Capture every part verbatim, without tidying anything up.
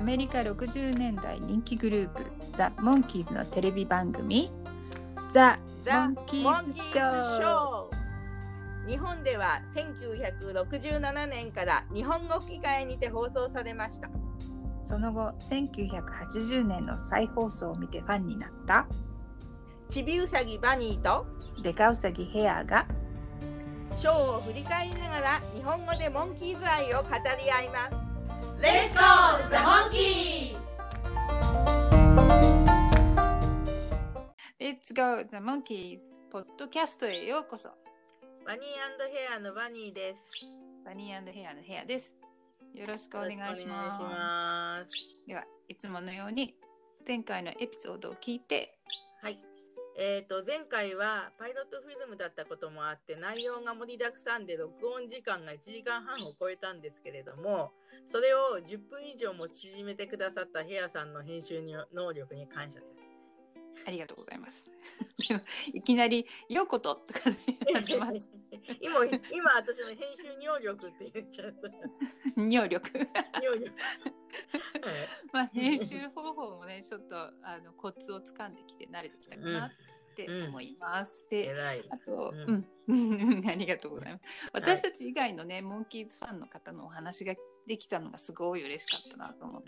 メリカろくじゅうねんだい人気グループザ・モンキーズのテレビ番組ザ・モンキーズショー。 日本ではせんきゅうひゃくろくじゅうななねんから日本語吹き替えにて放送されました。 その後せんきゅうひゃくはちじゅうねんの再放送を見てファンになったちびうさぎバニーとデカウサギヘアがショーを振り返りながら日本語でモンキーズ愛を語り合います。 Let's go the monkeys! Let's go the monkeys ポッドキャストへようこそ。 バニー&ヘアのバニーです。 バニー&ヘアのヘアです。よろしくお願いします。 よろしくお願いします。 ではいつものように前回のエピソードを聞いて、 はい、えーと前回はパイロットフィルムだったこともあって内容が盛りだくさんで録音時間がいちじかんはんを超えたんですけれども、それをじゅっぷん以上も縮めてくださったヘアさんの編集能力に感謝です。 ありがとうございます。いきなりようこととか始まっ今今私の編集能力って言っちゃった。 能力。 能力。 まあ編集方法もねちょっとあのコツをつかんできて慣れてきたかなって思います。うん、で、あと、うん、うん、ありがとうございます。私たち以外のね、はい、モンキーズファンの方のお話ができたのがすごい嬉しかったなと思って、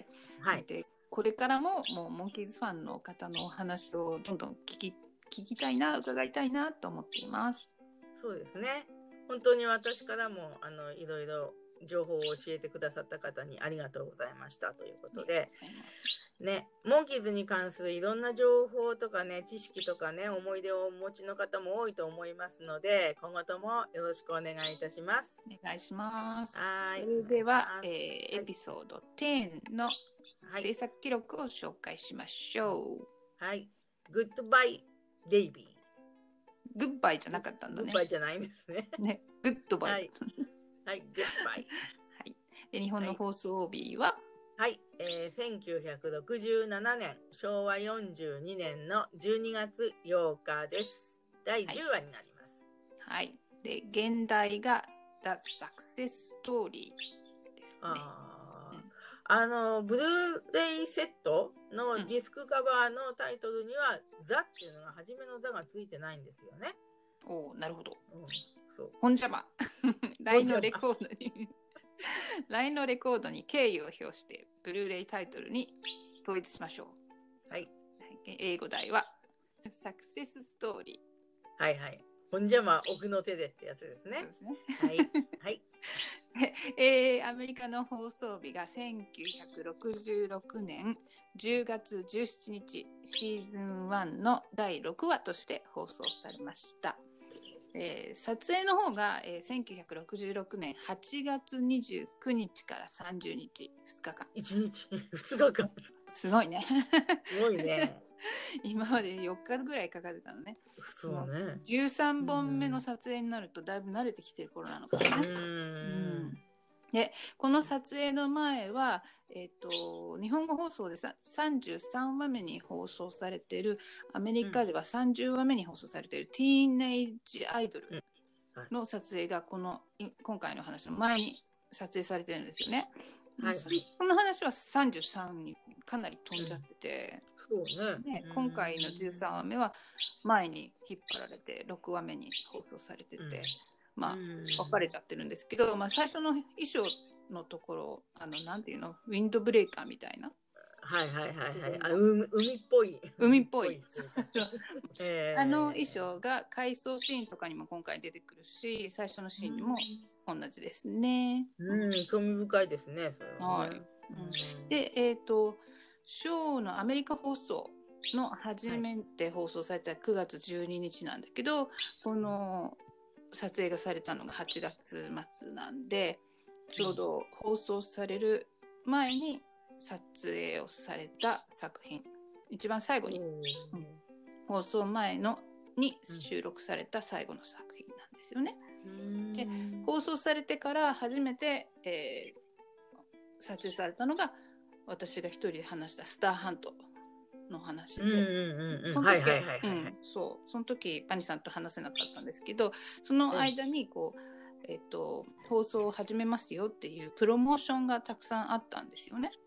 はい。 でこれからももうモンキーズファンの方のお話をどんどん聞き聞きたいな伺いたいなと思っています。 そうですね。本当に私からもあのいろいろ情報を教えてくださった方にありがとうございましたということで、ね、モンキーズに関するいろんな情報とかね、知識とかね、思い出をお持ちの方も多いと思いますので、今後ともよろしくお願いいたします。 お願いします。 はい。 それでは、えーはい、エピソードじゅうのはい、 制作記録を紹介しましょう。 はい。グッドバイデイビー。 グッバイじゃなかったんだね。 グッバイじゃないんですね。 ね、グッドバイ。 はい。はい、グッバイ。 はい。で、日本の放送日は、 はい、えー、せんきゅうひゃくろくじゅうななねん、しょうわよんじゅうにねんのじゅうにがつようかです。だいじゅうわになります。 はい。はい、で、現代が The Success Story ですね。 あ、うん、あのブルーレイセットのディスクカバーのタイトルには、うん、ザっていうのが初めのザがついてないんですよね。 おお、なるほど。 うん、そう。 ほんじゃま。ライン のレコードにライン のレコードに敬意を表してブルーレイタイトルに統一しましょう。 はい。 英語題はサクセスストーリー。はいはい。ほんじゃま奥の手でってやつですね。 そうですね。 はい。はい。 えー、アメリカの放送日がせんきゅうひゃくろくじゅうろくねんじゅうがつじゅうしちにち、シーズンワンのだいろくわとして放送されました。えー、撮影の方が、えー、せんきゅうひゃくろくじゅうろくねんはちがつにじゅうくにちからさんじゅうにち、ふつかかん。 いちにちふつかかん。 すごいね。 すごいね。 今までよっかぐらいかかってたのね。 そうね。 じゅうさんぼんめの撮影になるとだいぶ慣れてきてる頃なのかな。 うんうんでこの撮影の前は、えー、と日本語放送でささんじゅうさんわめに放送されている、アメリカではさんじゅうわめに放送されている、ティーンエイジアイドルの撮影がこの今回の話の前に撮影されてるんですよね。はい、この話はさんじゅうさんにかなり飛んじゃってて、 うんそうねね、今回のじゅうさんわめは前に引っ張られてろくわめに放送されてて、うんまあ、分かれちゃってるんですけど、まあ、最初の衣装のところ、あのなんていうの、ウィンドブレーカーみたいな、 はいはいはいはい、あ 海, 海っぽい海っぽいえー、 あの衣装が回想シーンとかにも今回出てくるし、最初のシーンにも同じですね。 うん、興味深いですねそれはね、はいうん、でえっ、ー、とショーのアメリカ放送の初めて放送されたくがつじゅうににちなんだけど、この撮影がされたのがはちがつまつなんで、ちょうど放送される前に撮影をされた作品、一番最後に、うん、放送前のに収録された最後の作品なんですよね。で放送されてから初めて、えー、撮影されたのが私が一人で話したスターハントの話で、その時そうその時パニさんと話せなかったんですけど、その間にこう、えーと、放送を始めますよっていうプロモーションがたくさんあったんですよね。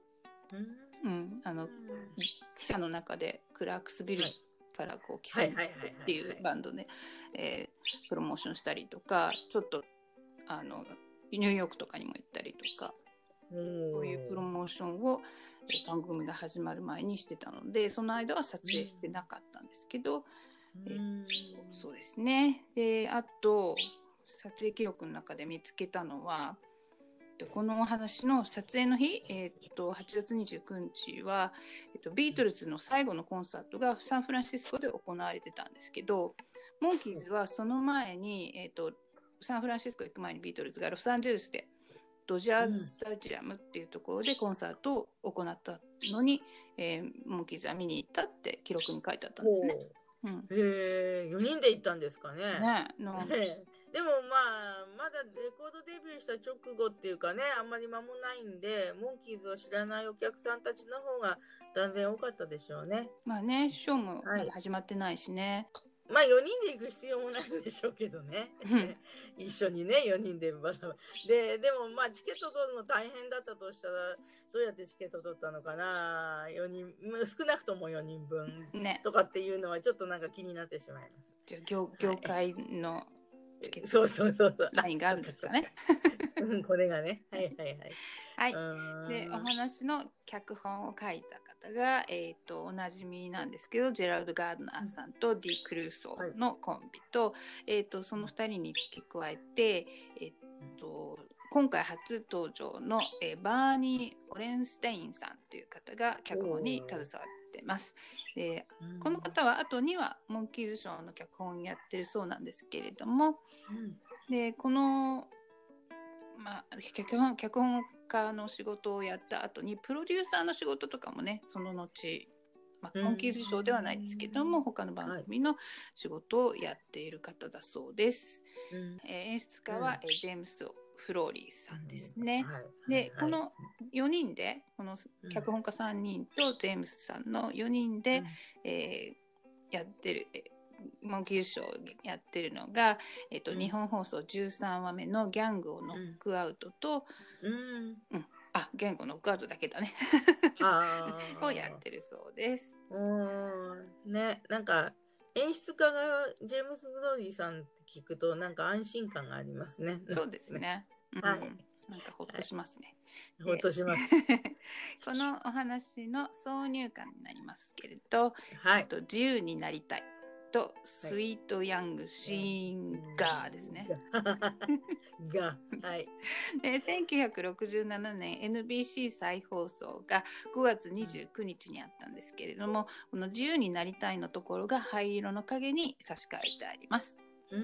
うんうん、あの記者の中でクラークスビルからこう記者はいはいはいはいはいっていうバンドで、えープロモーションしたりとか、ちょっとあのニューヨークとかにも行ったりとか、そういうプロモーションをえー番組が始まる前にしてたので、その間は撮影してなかったんですけど、えうんそうですね。で、あと撮影記録の中で見つけたのは、このお話の撮影の日、えー、とはちがつにじゅうくにちは、えー、とビートルズの最後のコンサートがサンフランシスコで行われてたんですけど、モンキーズはその前に、えー、とサンフランシスコ行く前にビートルズがロサンゼルスでドジャーズスタジアムっていうところでコンサートを行ったのに、えーモンキーズは見に行ったって記録に書いてあったんですね。うん、 へえ、よにんで行ったんですかね。 ねのねでもまあ、まだレコードデビューした直後っていうかね、あんまり間もないんで、モンキーズを知らないお客さんたちの方が断然多かったでしょうね。 まあね、ショーもまだ始まってないしね。 まあよにんで行く必要もないんでしょうけどね。一緒にね、よにんでバタバタ。で、でもまあチケット取るの大変だったとしたら、どうやってチケット取ったのかな。よにん、少なくともよにんぶんね、 とかっていうのはちょっとなんか気になってしまいます。 じゃあ 業, 業界のチケットそうそうそうそう。 ラインがあるんですかね。 うん、これがね。はいはいはい。 はい。で、お話の脚本を書いた方が、えっ、と、おなじみなんですけど、ジェラルド・ガードナーさんとディ・クルーソーのコンビと、はい、えっ、と、そのふたりに付け加えて、えっ、と、今回初登場の、えー、バーニー・オレンステインさんという方が脚本に携わってます。で、この方はあとにはモンキーズショーの脚本やってるそうなんですけれども、うん、でこの、まあ、脚本、脚本家の仕事をやった後にプロデューサーの仕事とかもね、その後、まあ、モンキーズショーではないですけども、うん、他の番組の仕事をやっている方だそうです。うん、えー、演出家は、うん、ジェームス・フローリーさんですね。うん、はい、で、はい、このよにんで、この脚本家さんにんとジェームスさんのよにんで、うん、えー、やってる、モンキーズショーをやってるのが、えーとうん、日本放送じゅうさんわめのギャングをノックアウトと、うんうん、あ、ギャングをノックアウトだけだねをやってるそうです。 うんね、なんか演出家がジェームス・ブローリーさんって聞くとなんか安心感がありますね。 そうですね。うん、はい、なんかほっとしますね。 はい、ほっとします。 このお話の挿入歌になりますけれど、はい、と自由になりたいとスイートヤングシンガーですね。 が、はい。 で、せんきゅうひゃくろくじゅうななねん エヌビーシー 再放送がごがつにじゅうくにちにあったんですけれども、この自由になりたいのところが灰色の影に差し替えてあります。 うんうん、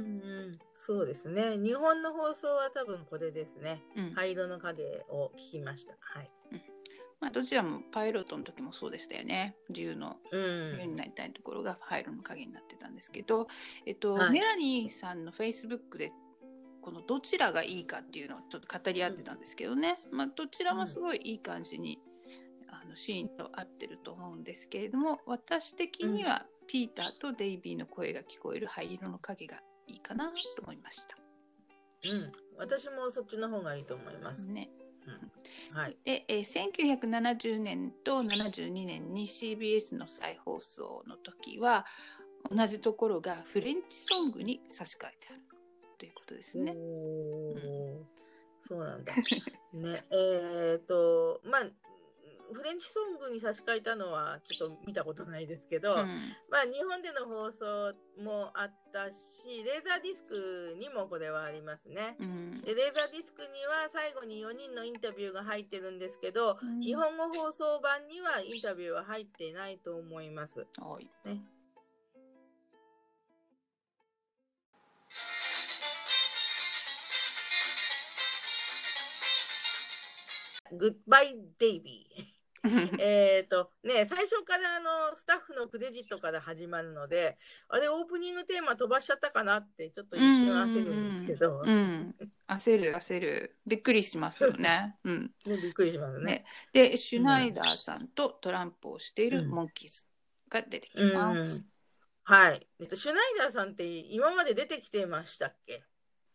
そうですね。日本の放送は多分これですね。うん、灰色の影を聞きました。はい。 うん、まあ、どちらもパイロットの時もそうでしたよね。自由の、うん、自由になりたいところが灰色の影になってたんですけど、えっと、はい、メラニーさんのフェイスブックでこのどちらがいいかっていうのをちょっと語り合ってたんですけどね。うん、まあ、どちらもすごいいい感じに、うん、あのシーンと合ってると思うんですけれども、私的にはピーターとデイビーの声が聞こえる灰色の影がいいかなと思いました。 うん、私もそっちの方がいいと思います。 ね。 うん、はい。 で、えー、せんきゅうひゃくななじゅうねんとななじゅうにねんに シービーエス の再放送の時は同じところがフレンチソングに差し替えてあるということですね。 おー、うん、そうなんだ。ね、えっとまあフレンチソングに差し替えたのはちょっと見たことないですけど、うん、まあ日本での放送もあったし、レーザーディスクにもこれはありますね。うん、でレーザーディスクには最後によにんのインタビューが入ってるんですけど、うん、日本語放送版にはインタビューは入っていないと思います。 はい、 ね。グッバイデイビー。えっとね、最初からあのスタッフのクレジットから始まるので、あれオープニングテーマ飛ばしちゃったかなってちょっと一瞬焦るんですけど、 うんうん、焦る焦るびっくりしますよね。うん、 ね、びっくりしますね。 ねでシュナイダーさんとトランプをしているモンキーズが出てきます。 うんうん、はい。えっとシュナイダーさんって今まで出てきてましたっけ？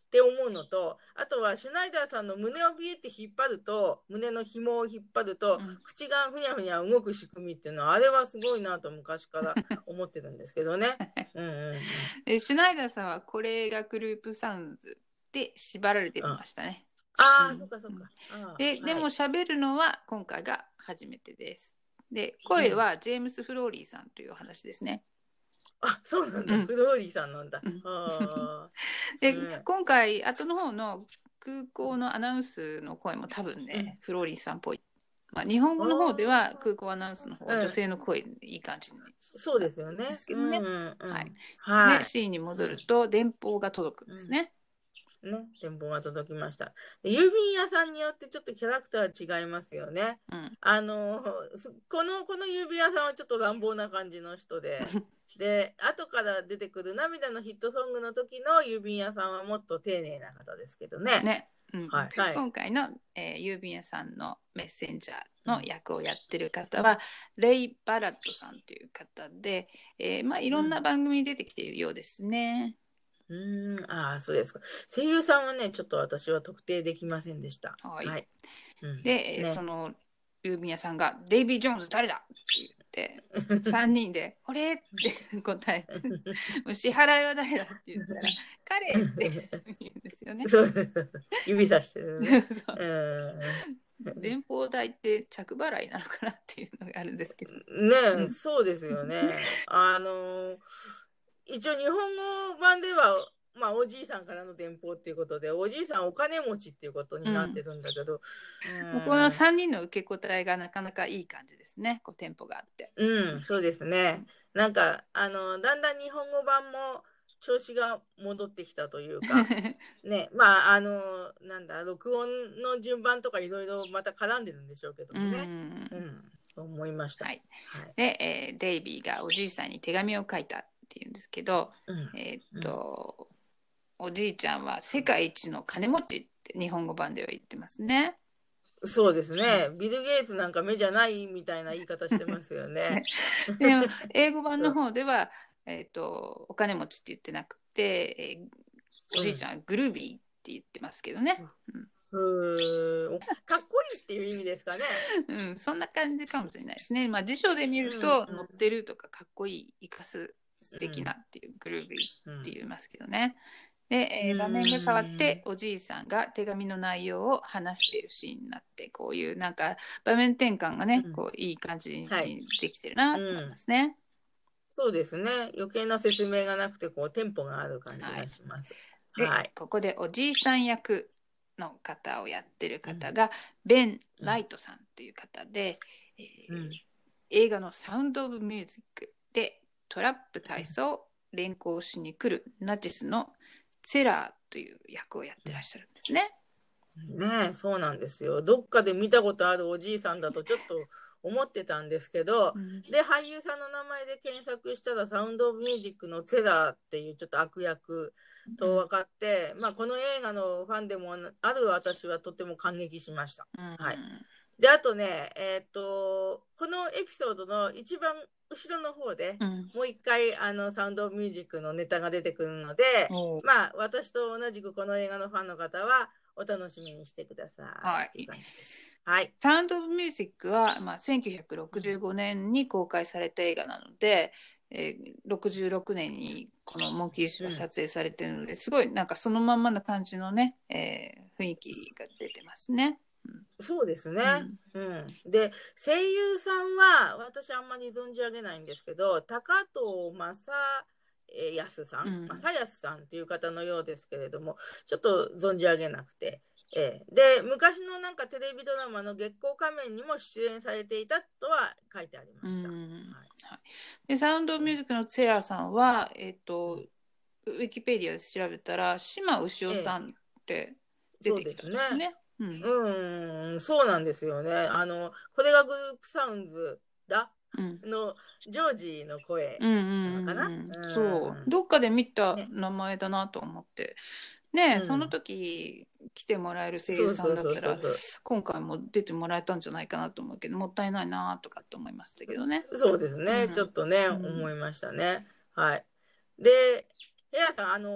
って思うのと、あとはシュナイダーさんの胸をビーって引っ張ると、胸の紐を引っ張ると、 うん口がふにゃふにゃ動く仕組みっていうのは、あれはすごいなと昔から思ってるんですけどね。うんうんうん。 でシュナイダーさんはこれがグループサウンズで縛られてましたね。 ああ、 うんそっかそっか。あーで、 はいでも喋るのは今回が初めてです。で、声はジェームス・フローリーさんというお話ですね。 あ、そうなんだ。 うんフローリーさんなんだ。 うんあで、 うん今回後の方の空港のアナウンスの声も多分ね、フローリーさんっぽい。まあ、日本語の方では空港アナウンスの方、 うん女性の声いい感じに。 そうですよね。 ですけどねうんうんうんはいはい。 で、シーンに戻ると電報が届くんですね。 ね、電報が届きました。で郵便屋さんによってちょっとキャラクター違いますよね。 うんあのすこのこの郵便屋さんはちょっと乱暴な感じの人で、で後から出てくる涙のヒットソングの時の郵便屋さんはもっと丁寧な方ですけどね。 ねうんはいはい今回の、えー郵便屋さんのメッセンジャーの役をやってる方は、レイ・バラットさんという方で、えーまあ、いろんな番組に出てきているようですね。 うーん、ああ、そうですか。声優さんはね、ちょっと私は特定できませんでした。 はいうんで、えーねその郵便屋さんが「デイビー・ジョーンズ誰だ?」って言ってさんにんで「俺?」って答えて「もう支払いは誰だ?」って言ったら「彼」って言うんですよね。 そう指さしてるね。 そううん電報代って着払いなのかなっていうのがあるんですけど。 ねえ、 うんそうですよね。あの一応日本語版では、まあ、おじいさんからの電報っていうことで、おじいさんお金持ちっていうことになってるんだけど、うんもうこのさんにんの受け答えがなかなかいい感じですね。こうテンポがあって。 うん、そうですね。なんか、あの、だんだん日本語版も調子が戻ってきたというか、ね、まあ、あの、なんだ、録音の順番とかいろいろまた絡んでるんでしょうけどうんもね。うん、と思いました。 はい、 はい。 で、えーデイビーがおじいさんに手紙を書いたっていうんですけど、 うんえーっと、おじいちゃんは世界一の金持ちって日本語版では言ってますね。 そうですね。ビル・ゲイツなんか目じゃないみたいな言い方してますよね。 でも英語版の方では、えーっとお金持ちって言ってなくて、えーおじいちゃんはグルービーって言ってますけどね。 うーん、かっこいいっていう意味ですかね。 うん、そんな感じかもしれないですね。まあ辞書で見ると、 うん乗ってるとかかっこいい、生かす、素敵なっていうグルービーって言いますけどね。で、えー場面が変わっておじいさんが手紙の内容を話しているシーンになって、こういうなんか場面転換がね、 うんこういい感じにはいできてるなと思いますね。 そうですね。余計な説明がなくて、こう、テンポがある感じがします。 で、 はい。 ここでおじいさん役の方をやってる方が、ベン・ライトさんという方で、えーうん映画のサウンド・オブ・ミュージックでトラップ大佐を連行しに来るナチスのセラーという役をやってらっしゃるんですね。 ねえ、そうなんですよ。どっかで見たことあるおじいさんだとちょっと思ってたんですけど、 うんで、俳優さんの名前で検索したら、サウンド・オブ・ミュージックのテラーっていうちょっと悪役と分かって、まあ、この映画のファンでもある私はとても感激しました。 うんはいで、あとね、えっと、このエピソードの一番後ろの方で、 うんもう一回、あの、サウンド・オブ・ミュージックのネタが出てくるので、 おうまあ、私と同じくこの映画のファンの方は、お楽しみにしてください。 はいっていう感じです。はい。 サウンド・オブ・ミュージックは、まあ、せんきゅうひゃくろくじゅうごねんに公開された映画なので、えーろくじゅうろくねんにこのモンキーシュは撮影されてるので、すごいなんかそのまんまの感じのね、えー雰囲気が出てますね。 そうですね。うん。で、声優さんは、私あんまり存じ上げないんですけど、高藤正康さん、 うん正康さんっていう方のようですけれども、ちょっと存じ上げなくて、ええで、昔のなんかテレビドラマの月光仮面にも出演されていたとは書いてありました。 うんはいでサウンド・オブ・ミュージックのセラーさんは、えっとウィキペディアで調べたら島牛尾さんって出てきたんですね。うんうん、そうなんですよね。あの、これがグループサウンズだうんのジョージの声うんうんなのかな。 うんうんそうどっかで見たね名前だなと思ってね、 うんその時来てもらえる声優さんだったらそうそうそうそう今回も出てもらえたんじゃないかなと思うけどもったいないなとかって思いましたけどね。 そうですね、 うんちょっとね、 うん思いましたね。はい。で、ヘアさん、あの、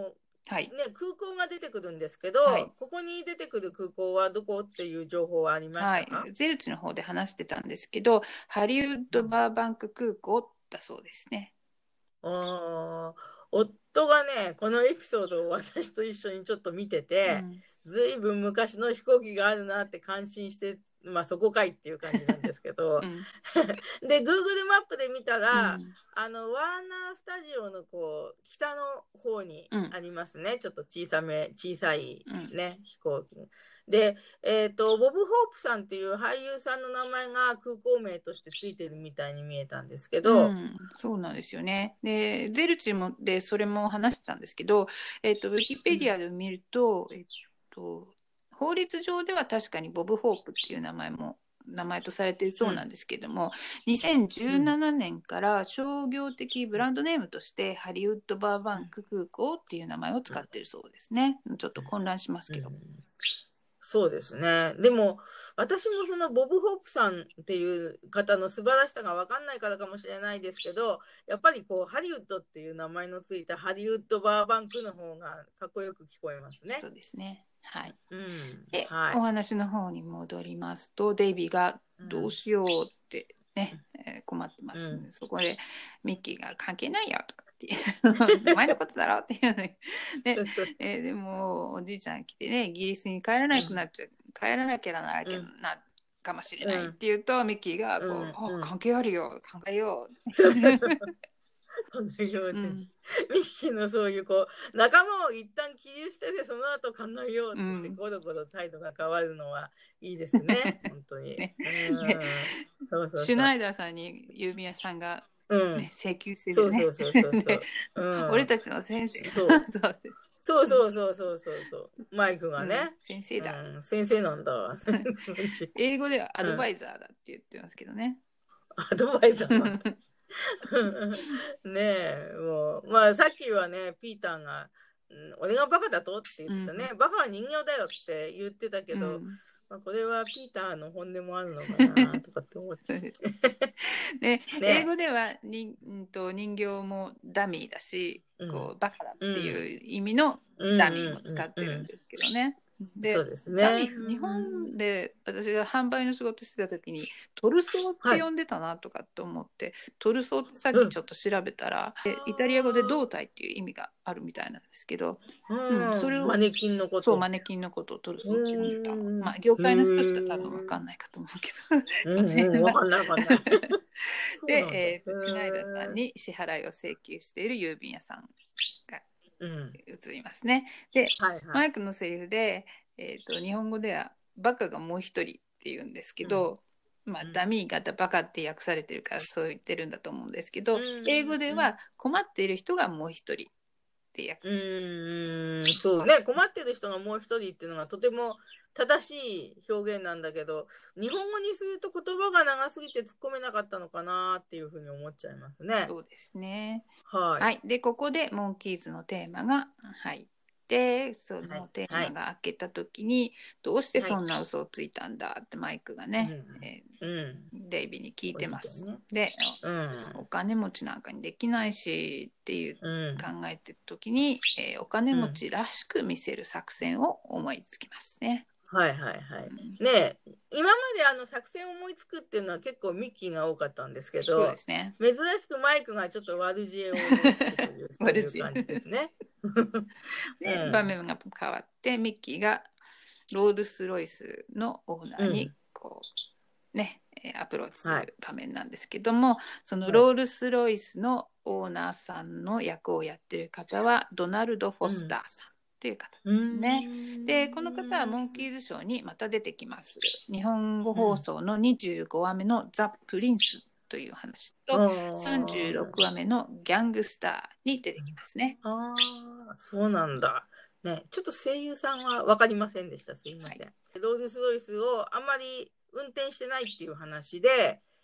はい。 ね、空港が出てくるんですけど、 はい、 ここに出てくる空港はどこっていう情報はありましたか？ はい、ゼルツの方で話してたんですけど、ハリウッドバーバンク空港だそうですね。 あ夫がね、このエピソードを私と一緒にちょっと見てて、うん、ずいぶん昔の飛行機があるなって感心して、まあそこかいっていう感じなんですけど、うん、で、Google マップで見たら、うん、あの、ワーナースタジオのこう、北の方にありますね。うん、ちょっと小さめ、小さいね、うん、飛行機。で、えっと、ボブ・ホープさんっていう俳優さんの名前が空港名としてついてるみたいに見えたんですけど、 うん、そうなんですよね。で、ゼルチもでそれも話してたんですけど、えっと、ウィキペディアで見ると、うん、えっと、法律上では確かにボブ・ホープっていう名前も名前とされているそうなんですけども、うん、にせんじゅうななねんから商業的ブランドネームとしてハリウッドバーバンク空港っていう名前を使っているそうですね。ちょっと混乱しますけど。うんうん、 そうですね。でも、私もそのボブ・ホープさんっていう方の素晴らしさが分かんないからかもしれないですけど、やっぱりこう、ハリウッドっていう名前のついたハリウッドバーバンクの方がかっこよく聞こえますね。 そうですね。はい。 うん、 で、 はい、 お話の方に戻りますと、デイビーがどうしようってね、うん、えー、困ってますね、うん。そこでミッキーが関係ないよとかってお前のことだろっていうのに、ねえー、でもおじいちゃん来てね、イギリスに帰らなくなっちゃう、うん、帰らなきゃならなきゃな、かもしれないって言うと、うん、ミッキーがこう、うん、関係あるよ、考えよう。 このように、うん、ミッキーのそういうこう仲間を一旦切り捨ててその後考えようって言ってゴロゴロ態度が変わるのはいいですね、うん、本当に、ね、 そうそうそう、シュナイダーさんに郵便屋さんが、ね、うん、請求してるね。 そうそうそうそうそう、うん、 俺たちの先生。 そうそうそうそうそうそうそうマイクがね、うん、 先生だ、 うん、先生なんだ英語ではアドバイザーだって言ってますけどね、 うん、アドバイザーなんだねえ、もう、まあさっきはね、ピーターが、うん、俺がバカだとって言ってたね、うん、バカは人形だよって言ってたけど、うん、まあ、これはピーターの本音もあるのかなとかって思っちゃう。で、 ね、英語ではに、うんと、人形もダミーだし、うん、こうバカだっていう意味のダミーも使ってるんですけどね。で、そうですね、日本で私が販売の仕事してた時にトルソーって呼んでたなとかって思って、はい、トルソーってさっきちょっと調べたら、うん、イタリア語で胴体っていう意味があるみたいなんですけど、 うんうん、それをマネキンのことそうマネキンのことをトルソーって呼んでた、まあ業界の人しか多分分かんないかと思うけど、 うん、うん、分かんない分かんないで、えー、シュナイダーさんに支払いを請求している郵便屋さんが映りますね。で、はいはい、マイクのセリフで、えーと、日本語ではバカがもう一人って言うんですけど、うん、まあ、ダミーがバカって訳されてるからそう言ってるんだと思うんですけど、うん、英語では困っている人がもう一人って訳されてる。 うん、そうね、困ってる人がもう一人っていうのがとても正しい表現なんだけど、日本語にすると言葉が長すぎて突っ込めなかったのかなっていうふうに思っちゃいますね。 そうですね。 はい。 はい、でここでモンキーズのテーマが入ってそのテーマが開けた時に、はい、どうしてそんな嘘をついたんだってマイクがね、はいえーうん、デイビーに聞いてます。ね、で、うん、お金持ちなんかにできないしっていう、うん、考えてる時に、えー、お金持ちらしく見せる作戦を思いつきますね。 はいはいはい。うん、ねえ、今まであの作戦を思いつくっていうのは結構ミッキーが多かったんですけど、 そうですね、 珍しくマイクがちょっと悪知恵を思いつくというそういう感じですね。 で、うん、場面が変わってミッキーがロールスロイスのオーナーにこう、うん、ねアプローチする場面なんですけども、はい、そのロールスロイスのオーナーさんの役をやってる方はドナルド・フォスターさん、うんという方ですね。でこの方はモンキーズショーにまた出てきます。日本語放送のにじゅうごわめのザ・プリンスという話とさんじゅうろくわめのギャングスターに出てきますね。 ああ、そうなんだ。ね、ちょっと声優さんは分かりませんでした。すいません。はい、ロールスロイスをあんまり運転してないっていう話で、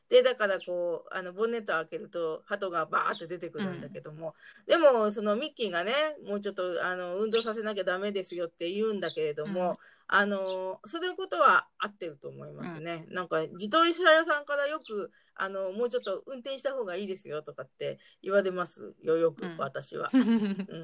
で、だからこう、あの、ボンネット開けると、鳩がバーって出てくるんだけども、うん、でも、そのミッキーがね、もうちょっと、あの、運動させなきゃダメですよって言うんだけれども、うん、あの、そういうことは合ってると思いますね。うん、なんか、自動車屋さんからよく、あの、もうちょっと運転した方がいいですよとかって言われますよ、よく、うん、私は。うん、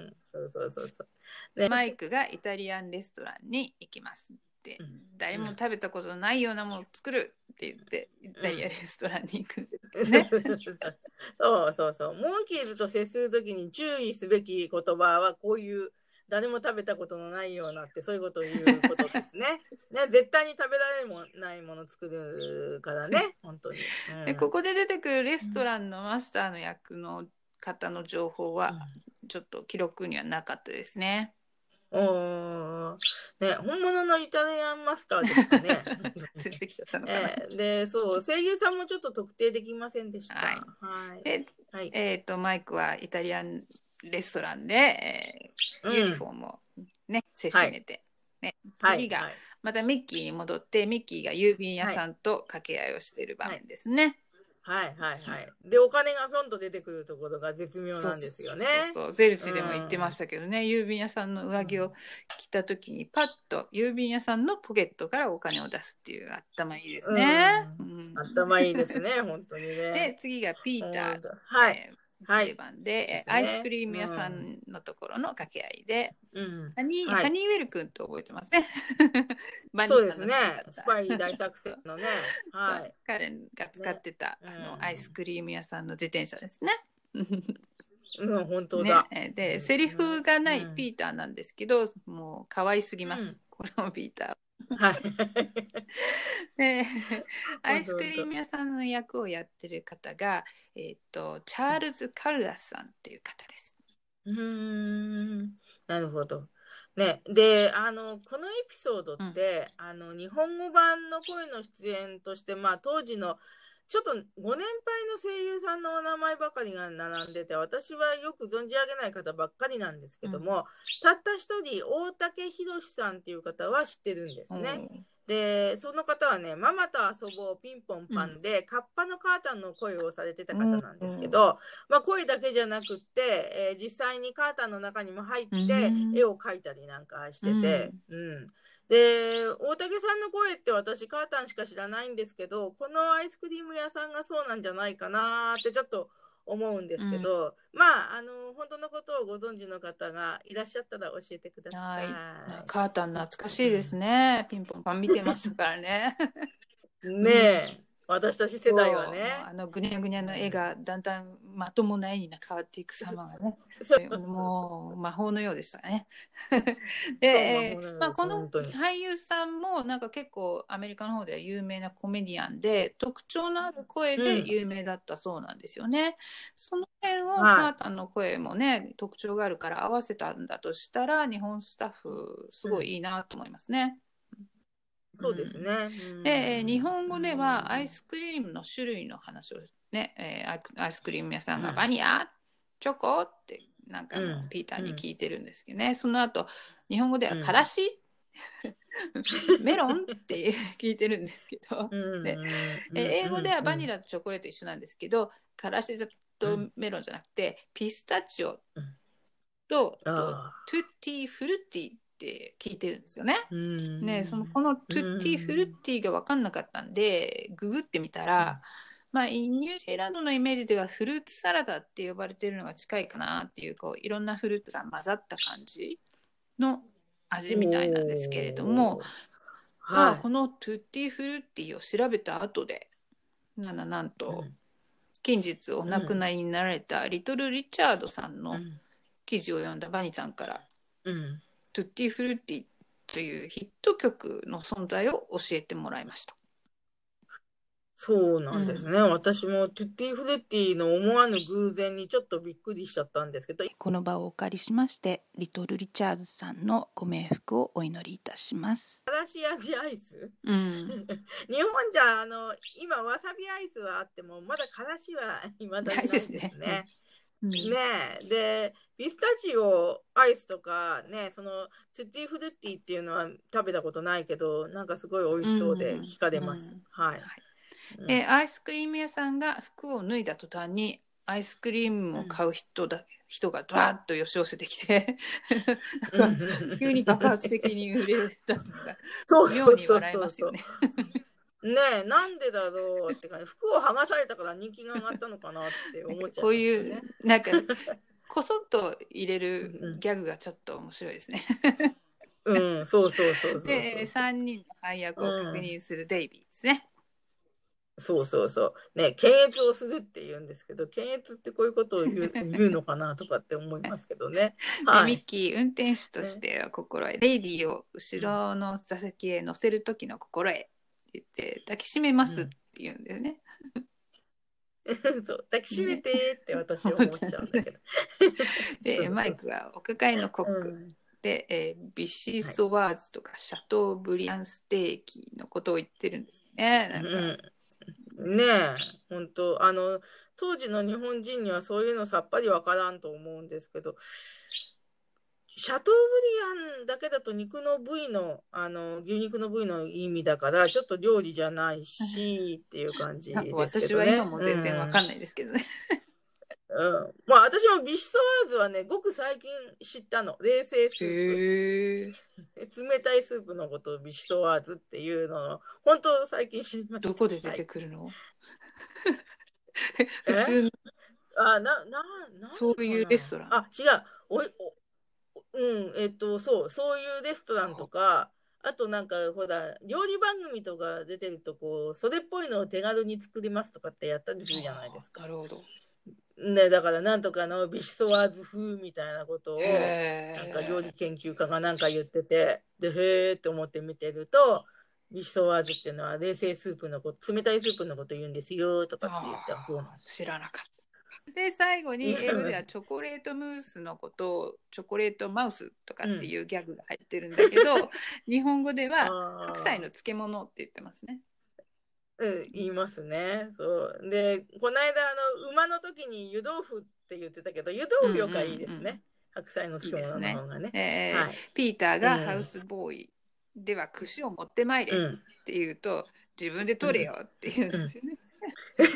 そうそうそうそう。 ね、マイクがイタリアンレストランに行きますって、うん、誰も食べたことないようなものを作るって言って、イタリアンレストランに行くんですけどね。 そうそうそう。モンキーズと接するときに注意すべき言葉はこういう誰も食べたことのないようなってそういうことを言うことですね。ね、絶対に食べられもないものを作るからね、本当に、 うん、で。ここで出てくるレストランのマスターの役の方の情報はちょっと記録にはなかったですね。 うん、おね、本物のイタリアンマスターですかね。 連れてきちゃったのかな。 えー、で、そう、声優さんもちょっと特定できませんでした。はい。 はい、で、はい、えっと、マイクはイタリアンレストランで、えー、ユニフォームをね、せしめて、はい、ね、次が、またミッキーに戻って、ミッキーが郵便屋さんと掛け合いをしている場面ですね。 はいはいはい。で、お金がぴょんと出てくるところが絶妙なんですよね。 そうそうそう。ゼルチでも言ってましたけどね、うん、郵便屋さんの上着を着た時に、パッと郵便屋さんのポケットからお金を出すっていう、頭いいですね。 うんうん、頭いいですね、本当にね。 で、次がピーター。 はい。 えー定番で、はい、アイスクリーム屋さんのところの掛け合いで、うん、ハニー、はい、ハニーウェル君と覚えてますね。 そうですね。スパイ大作戦のね。はい。 彼が使ってた、ね、あの、うん、アイスクリーム屋さんの自転車ですね。 うん、本当だ。 ね、で、セリフがないピーターなんですけど、うん、もう可愛すぎます。うん、このピーター。はい、でアイスクリーム屋さんの役をやってる方が、えー、とチャールズ・カルダスさんっていう方です。 うーん、なるほど。ね、であのこのエピソードって、うん、あの日本語版の声の出演として、まあ、当時のちょっとご年配の声優さんのお名前ばかりが並んでて、私はよく存じ上げない方ばっかりなんですけども、うん、たった一人、大竹宏さんっていう方は知ってるんですね。うん、で、その方はね、ママと遊ぼうピンポンパンで、うん、カッパのカータンの声をされてた方なんですけど、うん、まあ声だけじゃなくって、えー、実際にカータンの中にも入って、絵を描いたりなんかしてて、うん、うんで、大竹さんの声って私カータンしか知らないんですけど、このアイスクリーム屋さんがそうなんじゃないかなってちょっと思うんですけど、うん、まあ、あの、本当のことをご存知の方がいらっしゃったら教えてください。 はい、カータン懐かしいですね。うん、ピンポンパン見てましたからね。 ねえ。私たち世代はね。 あのぐにゃぐにゃの絵がだんだんまともな絵に変わっていく様がね、もう魔法のようでしたね。で、まあ、この俳優さんもなんか結構アメリカの方では有名なコメディアンで特徴のある声で有名だったそうなんですよね。うん、その辺をカータンの声もね、はい、特徴があるから合わせたんだとしたら日本スタッフすごいいいなと思いますね。 そうですね。 うん、で、日本語ではアイスクリームの種類の話をね、えー、アイスクリーム屋さんがバニラ、チョコってなんかもピーターに聞いてるんですけどね、うん、その後日本語ではからし、うん、メロンって聞いてるんですけど、うん、で、えー、英語ではバニラとチョコレート一緒なんですけど、からしとメロンじゃなくてピスタチオと、うん、とトゥッティフルティって聞いてるんですよね。ね、そのこのトゥッティフルッティが分かんなかったんでググってみたら、うん、まあ、ニュージーランドのイメージではフルーツサラダって呼ばれてるのが近いかなっていう、こういろんなフルーツが混ざった感じの味みたいなんですけれども、まあ、このトゥッティフルッティを調べた後でなななんと、うん、近日お亡くなりになられたリトル・リチャードさんの記事を読んだバニさんから、うんトゥッティフルッティというヒット曲の存在を教えてもらいました。 そうなんですね、うん、私もトゥッティフルッティの思わぬ偶然にちょっとびっくりしちゃったんですけど、 この場をお借りしましてリトル・リチャーズさんのご冥福をお祈りいたします。 からし味アイス、うん、日本じゃあの今わさびアイスはあってもまだからしは未だにないですね。ないですね。うん、ねえでピスタチオアイスとかね、そのトゥッティフルッティっていうのは食べたことないけどなんかすごい美味しそうで聞かれます。うんうん、はい。 うんえーアイスクリーム屋さんが服を脱いだ途端にアイスクリームを買う人だ、人がバーッと押し寄せてきてなんか急に爆発的に売れ出すのがそう妙にそうそう笑えますよね。 ねえ、なんでだろうって感じ。服を剥がされたから人気が上がったのかなって思っちゃこういますよね。 いうなんかこそっと入れうんるギャグがちょっと面白いですね。 うん、そうそうそうそうそう。 でさんにんの配役を確認するデイビーですね。 そうそうそう。ね、検閲をするって言うんですけど、検閲ってこういうことを言う言うのかなとかって思いますけどね。 ではい。 ミッキー運転手としては心得、レイディーを後ろの座席へ乗せる時の心得って言って抱きしめますって言うんですね。 そう抱きしめてって私は思っちゃうんだけど。 でマイクはお抱えのコック、 うんで、えービッシーソワーズとかシャトーブリアンステーキのことを言ってるんですね。なんかうん、ねえ、本当あの、当時の日本人にはそういうのさっぱりわからんと思うんですけど、シャトーブリアンだけだと肉の部位の、あの、牛肉の部位の意味だから、ちょっと料理じゃないし、っていう感じなんかですけ私はどね。 今も全然わかんないですけどね。 うん。うん、まあ私もビッシュソワーズはね、ごく最近知ったの。冷製スープ。 へー冷たいスープのことをビシソワーズっていうのを本当最近知りました。 どこで出てくるの、 はい、 普通のあなななそういうレストラン。 あ違うおいおうんえっとそうそういうレストランとか、あとなんかほら料理番組とか出てるとこうそれっぽいのを手軽に作りますとかってやったりするじゃないですか。 なるほど。 ね、だからなんとかのビシソワーズ風みたいなことをへーなんか料理研究家がなんか言ってて、でへーって思って見てると、ビシソワーズっていうのは冷製スープのこと、冷たいスープのこと言うんですよとかって言って、あそうなんです。 知らなかった。で最後に英語ではチョコレートムースのことをチョコレートマウスとかっていうギャグが入ってるんだけど、うん、日本語では白菜の漬物って言ってますね。 うん、言いますね。そうでこの間あの馬の時に湯豆腐って言ってたけど、湯豆腐よかいいですね、うんうんうん、白菜の漬物の方がね。いいね、えーはい、ピーターがハウスボーイ、うん、では串を持ってまいれって言うと、うん、自分で取れよって言うんですよね、 うんうん、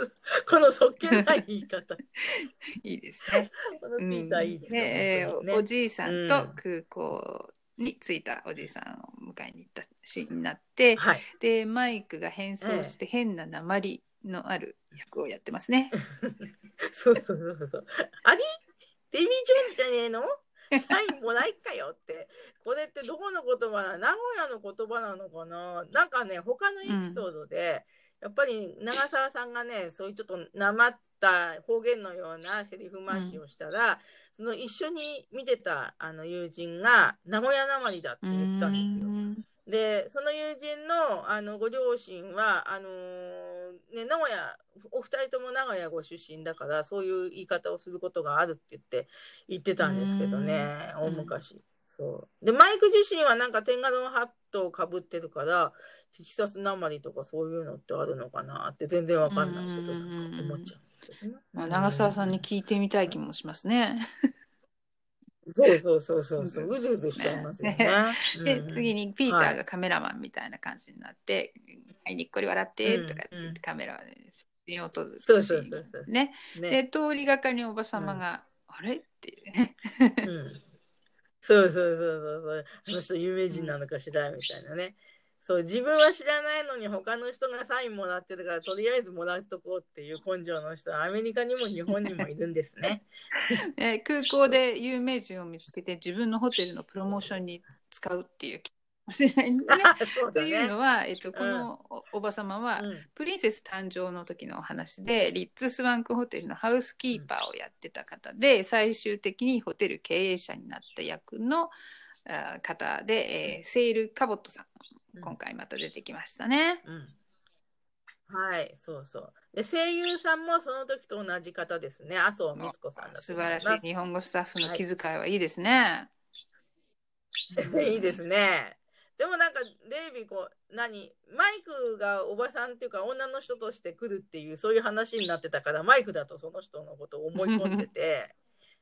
このそっけない言い方いいですね。 このピーターいいですね、 うん、で、ね、おじいさんと空港に着いたおじいさんを迎えに行ったシーンになって、はい、でマイクが変装して変な訛のある役をやってますね。 そうそうそうそう。あれデビー・ジョーンズじゃねえのサインもないかよって。これってどこの言葉なの？名古屋の言葉なのかな？なんかね、他のエピソードで、うん、やっぱり長澤さんがね、そういうちょっとなまった方言のようなセリフ回しをしたら、うん、その一緒に見てたあの友人が名古屋なまりだって言ったんですよ。で、その友人のあのご両親は、あのー、ね、名古屋、お二人とも名古屋ご出身だから、そういう言い方をすることがあるって言って、言ってたんですけどね、大昔。そう。で、マイク自身はなんか天下のハットをかぶってるから、テキサスなまりとかそういうのってあるのかなって全然わかんないけど、なんか思っちゃうんですけどね。 まあ、長澤さんに聞いてみたい気もしますね。 そうそうそうそうそう、うずうずしちゃいますよね。 で、うん、次にピーターがカメラマンみたいな感じになって「はい、にっこり笑って」とかって言ってカメラで写真を撮るシーンね。で、通りがかりのおばさまが「あれ?」っていうね。 そうそうそうそうそう、あの人有名人なのかしらみたいなね。そう、自分は知らないのに他の人がサインもらってるからとりあえずもらっとこうっていう根性の人はアメリカにも日本にもいるんですね。 え空港で有名人を見つけて自分のホテルのプロモーションに使うっていう気もしれないんだね。というのは、えっと、この お, おばさまは、うん、プリンセス誕生の時のお話でリッツ・スワンクホテルのハウスキーパーをやってた方で、うん、最終的にホテル経営者になった役の方で、えー、セール・カボットさん。今回また出てきましたね、 うん、はい、そうそう。で声優さんもその時と同じ方ですね。麻生美津子さんだと思います。 素晴らしい。日本語スタッフの気遣いはいいですね、 はい、いいですね。でもなんかデイビーこう何マイクがおばさんっていうか女の人として来るっていうそういう話になってたから、マイクだとその人のことを思い込んでて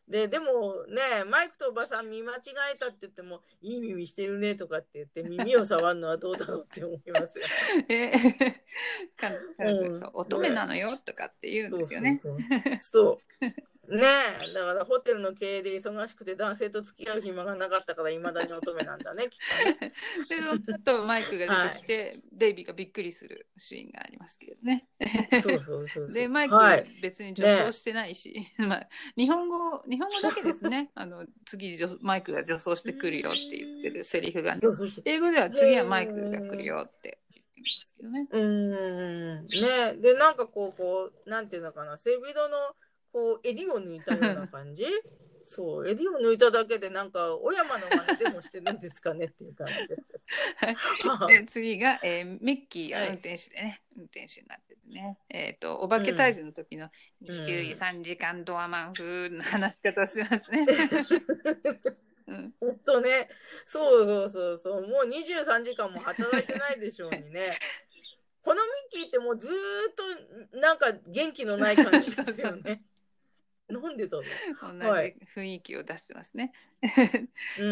で、でもね、マイクとおばさん見間違えたって言っても、いい耳してるねとかって言って、耳を触るのはどうだろうって思いますよ。 え彼女そう乙女なのよとかって言うんですよね。 そうそうそう。そうねえ、だからホテルの経営で忙しくて男性と付き合う暇がなかったからいまだに乙女なんだね、きっとね。 で、その後マイクが出てきて、はい、デイビーがびっくりするシーンがありますけどね。 そうそうそうそう。 で、マイク別に女装してないし、はいね、まあ、日本語、日本語だけですね。あの、次、マイクが女装してくるよって言ってるセリフがね。そうそうそう、英語では次はマイクが来るよって言ってますけどね。 うーん。ね。で、なんかこう、こう、なんていうのかな、背広の、こう、襟を抜いたような感じそう、襟を抜いただけで、なんか、小山の真似でもしてるんですかねっていう感じで。 はい、で次が、えー、ミッキーが運転手でね、はい、運転手になってるね。えっ、ー、と、お化け退治の時のにじゅうさんじかんドアマン風の話し方をしますね。 うん、ほんとね、そうそうそうそう、もうにじゅうさんじかんも働いてないでしょうにね。このミッキーってもうずーっとなんか元気のない感じですよね。なんでだろう。 同じ雰囲気を出してますね。はい、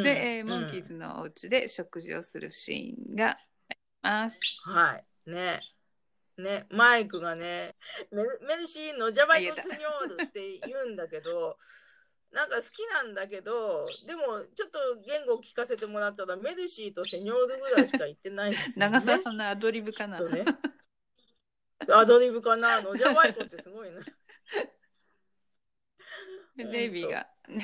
で、えー、モンキーズのお家で食事をするシーンがあります。 はい。ね。ね、マイクがね、メル、メルシーのジャバイコスニョールって言うんだけど、なんか好きなんだけど、でもちょっと言語を聞かせてもらったらメルシーとセニョールぐらいしか言ってないんですよね。 長澤さんのアドリブかな。 ね、アドリブかな。のジャバイコってすごいな。 デイビーが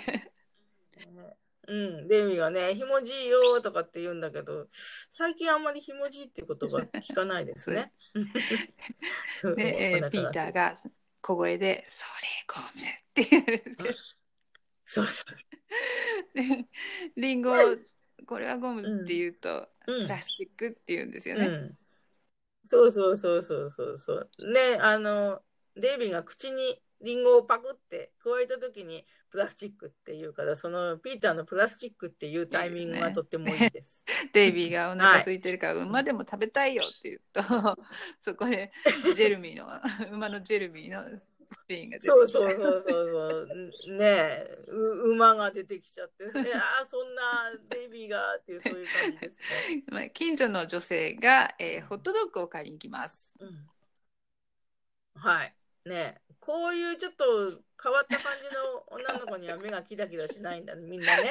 うん、デイビーがね、ひもじいよとかって言うんだけど、最近あんまりひもじいっていう言葉聞かないですね。 で、えー、ピーターが小声で、それゴムって言うんですけど。 そうそうで、リンゴ、これはゴムって言うと、うん、プラスチックって言うんですよね。うん、 そうそうそうそうそうそう。ね、あの、デイビーが口にリンゴをパクって加えたときにプラスチックっていうから、そのピーターのプラスチックっていうタイミングはとってもいいです。 いいですね、デイビーがお腹空いてるから、はい、馬でも食べたいよって言うと、そこでジェルミーの、馬のジェルミーのシーンが出てきちゃう。そうそうそうそうねえ、馬が出てきちゃって、ね、ああ、そんなデイビーがっていう、そういう感じですね。 近所の女性が、えー、ホットドッグを買いに行きます。うん、 はい。ね、こういうちょっと変わった感じの女の子には目がキラキラしないんだね、みんなね。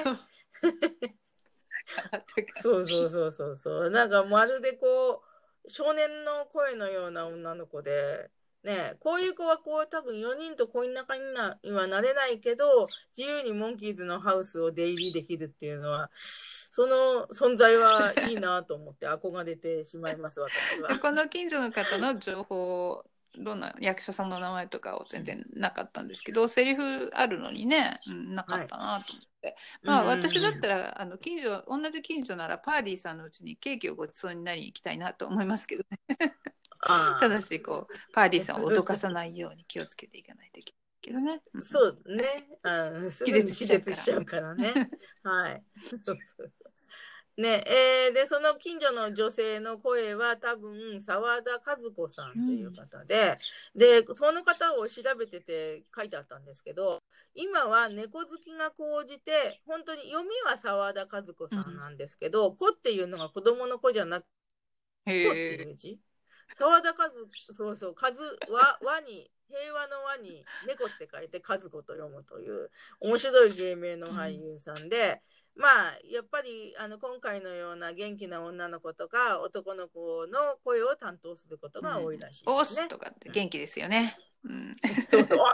そうそうそうそうそう。なんかまるでこう少年の声のような女の子で、ね、こういう子はこう多分よにんと恋仲にはなれないけど、自由にモンキーズのハウスを出入りできるっていうのは、その存在はいいなと思って憧れてしまいます、私は。 この近所の方の情報、どんな役所さんの名前とかを全然なかったんですけど、セリフあるのにね、うん、なかったなと思って、はい、まあ私だったらあの近所同じ近所ならパーディーさんのうちにケーキをごちそうになりに行きたいなと思いますけどね。ただしこうパーディーさんを脅かさないように気をつけていかないといけないけどね。 そうね、うん、気絶しちゃうからね。はい。そうそうねえー、でその近所の女性の声は多分澤田和子さんという方で、うん、でその方を調べてて書いてあったんですけど、今は猫好きが高じて本当に読みは澤田和子さんなんですけど、うん、子っていうのが子供の子じゃなくて子っていう字、澤田和そうそう和和和に平和の和に猫って書いて和子と読むという面白い芸名の俳優さんで、うん、まあやっぱりあの今回のような元気な女の子とか男の子の声を担当することが多いらしいですね。 うん、オスとかって元気ですよね。うん、 そうそう。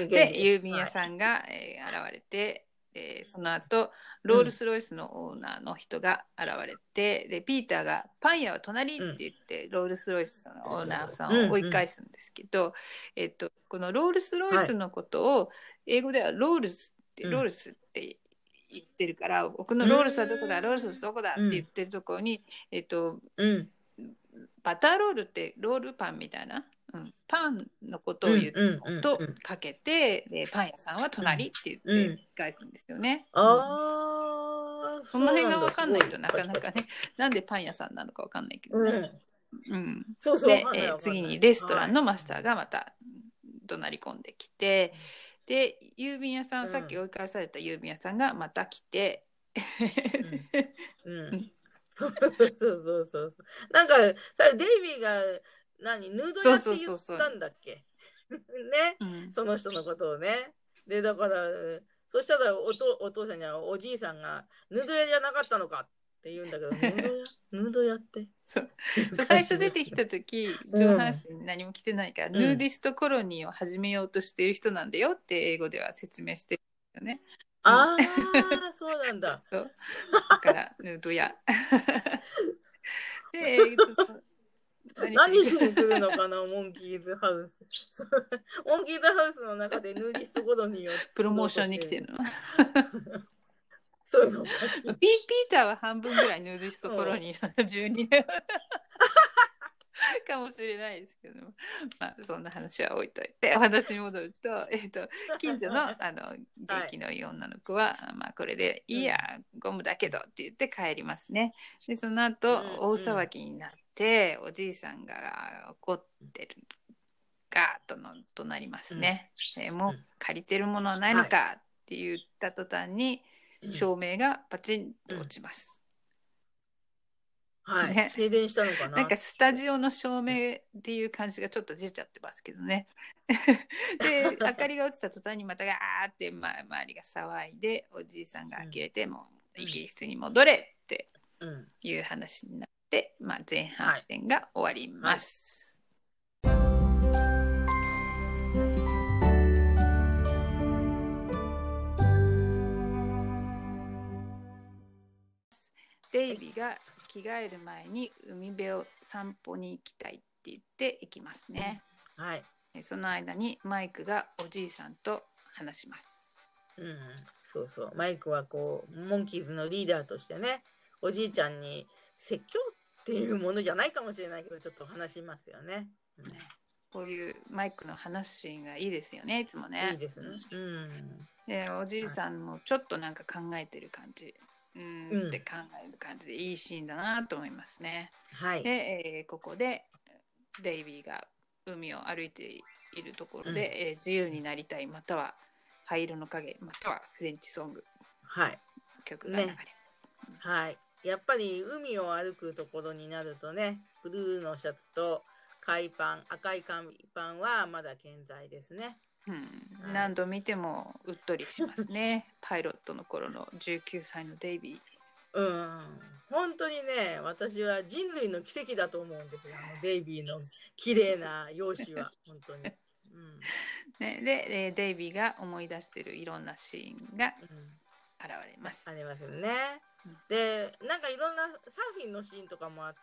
で郵便屋さんが、えー、現れて、えー、その後ロールスロイスのオーナーの人が現れて、うん、でピーターがパン屋は隣って言って、うん、ロールスロイスのオーナーさんを追い返すんですけど、うんうん、えっと、このロールスロイスのことを英語ではロールスって、はい、ロールスって言ってるから、うん、僕のロールスはどこだ、うん、ロールスはどこだって言ってるところに、えっと、うん、バターロールってロールパンみたいな、うん、パンのことを言うとかけて、でパン屋さんは隣って言って返すんですよね。うんうん、あこの辺が分かんないとなかなかね、なんでパン屋さんなのか分かんないけどね。うん、で、えー、次にレストランのマスターがまた怒鳴り込んできて、 で郵便屋さん、 うん、 さっき追い返された郵便屋さんがまた来て、 うんうん、そうそうそうそう。なんかさ、デイビーが何ヌードそう屋って言っそうそうそう、 たんだっけね、 うん、 その人のことをね。でだからそしたらおとお父さんやおじいさんがヌード屋じゃなかったのかって言うんだけど、ヌード屋ヌード屋ってそうっていうそう最感じ初出てきですね。 た時う上半ん身何も着てないから、 うん、 ヌーディストコロニーを始めようとしている人なんだよって英語では説明してるよね。うん、 ああそうなんだ。 そうだからヌードやで、えーその何しに何来るしに来るのかな、モンキーズハウス。モンキーズハウスの中でヌーディストコロニーをプロ作ろうモーションとしてるの。 に来てるのそういうのおかしピーい。 ピーターは半分ぐらいヌーディストコロニーのじゅうにねんかもしれないですけど、まあ、そんな話は置いといて、私に戻ると、えー、と近所のあの元気のいい女の子は、はい、まあ、これでいいや、うん、ゴムだけどって言って帰りますね。でその後、うん、大騒ぎになって、うん、おじいさんが怒ってるガーッとのとなりますね。うん、えー、もう借りてるものはないのかって言った途端に、はい、照明がパチンと落ちます。 はい、 ね、 停電したのかな。 なんかスタジオの照明っていう感じがちょっと出ちゃってますけどね。で明かりが落ちた途端にまたガーって、ま、周りが騒いで、おじいさんが呆れて、うん、もうイギリスに戻れっていう話になって、うん、まあ、前半戦が終わります。はい、デイビーが着替える前に海辺を散歩に行きたいって言って行きますね。 はい。 その間にマイクがおじいさんと話します。 うん、そうそう。マイクはこうモンキーズのリーダーとしてね、おじいちゃんに説教っていうものじゃないかもしれないけど、ちょっと話しますよね。うん、 こういうマイクの話シーンがいいですよね、いつもね。 いいですね。うん。 でおじいさんもちょっとなんか考えてる感じ。うんって考える感じでいいシーンだなと思いますね。 はい、 で、えー、ここでデイビーが海を歩いているところで、うん、えー、自由になりたい、または灰色の影、またはフレンチソング、 はい、 曲が流れます、 ね、はい。やっぱり海を歩くところになるとね、ブルーのシャツと海パン、赤い海パンはまだ健在ですね。 うん、はい、何度見てもうっとりしますね。パイロットの頃のじゅうきゅうさいのデイビー。 うん、本当にね、私は人類の奇跡だと思うんですよ、あのデイビーの綺麗な容姿は本当に。うんね、でデイビーが思い出しているいろんなシーンが現れます。 うん、ありますよね。うん、でなんかいろんなサーフィンのシーンとかもあって、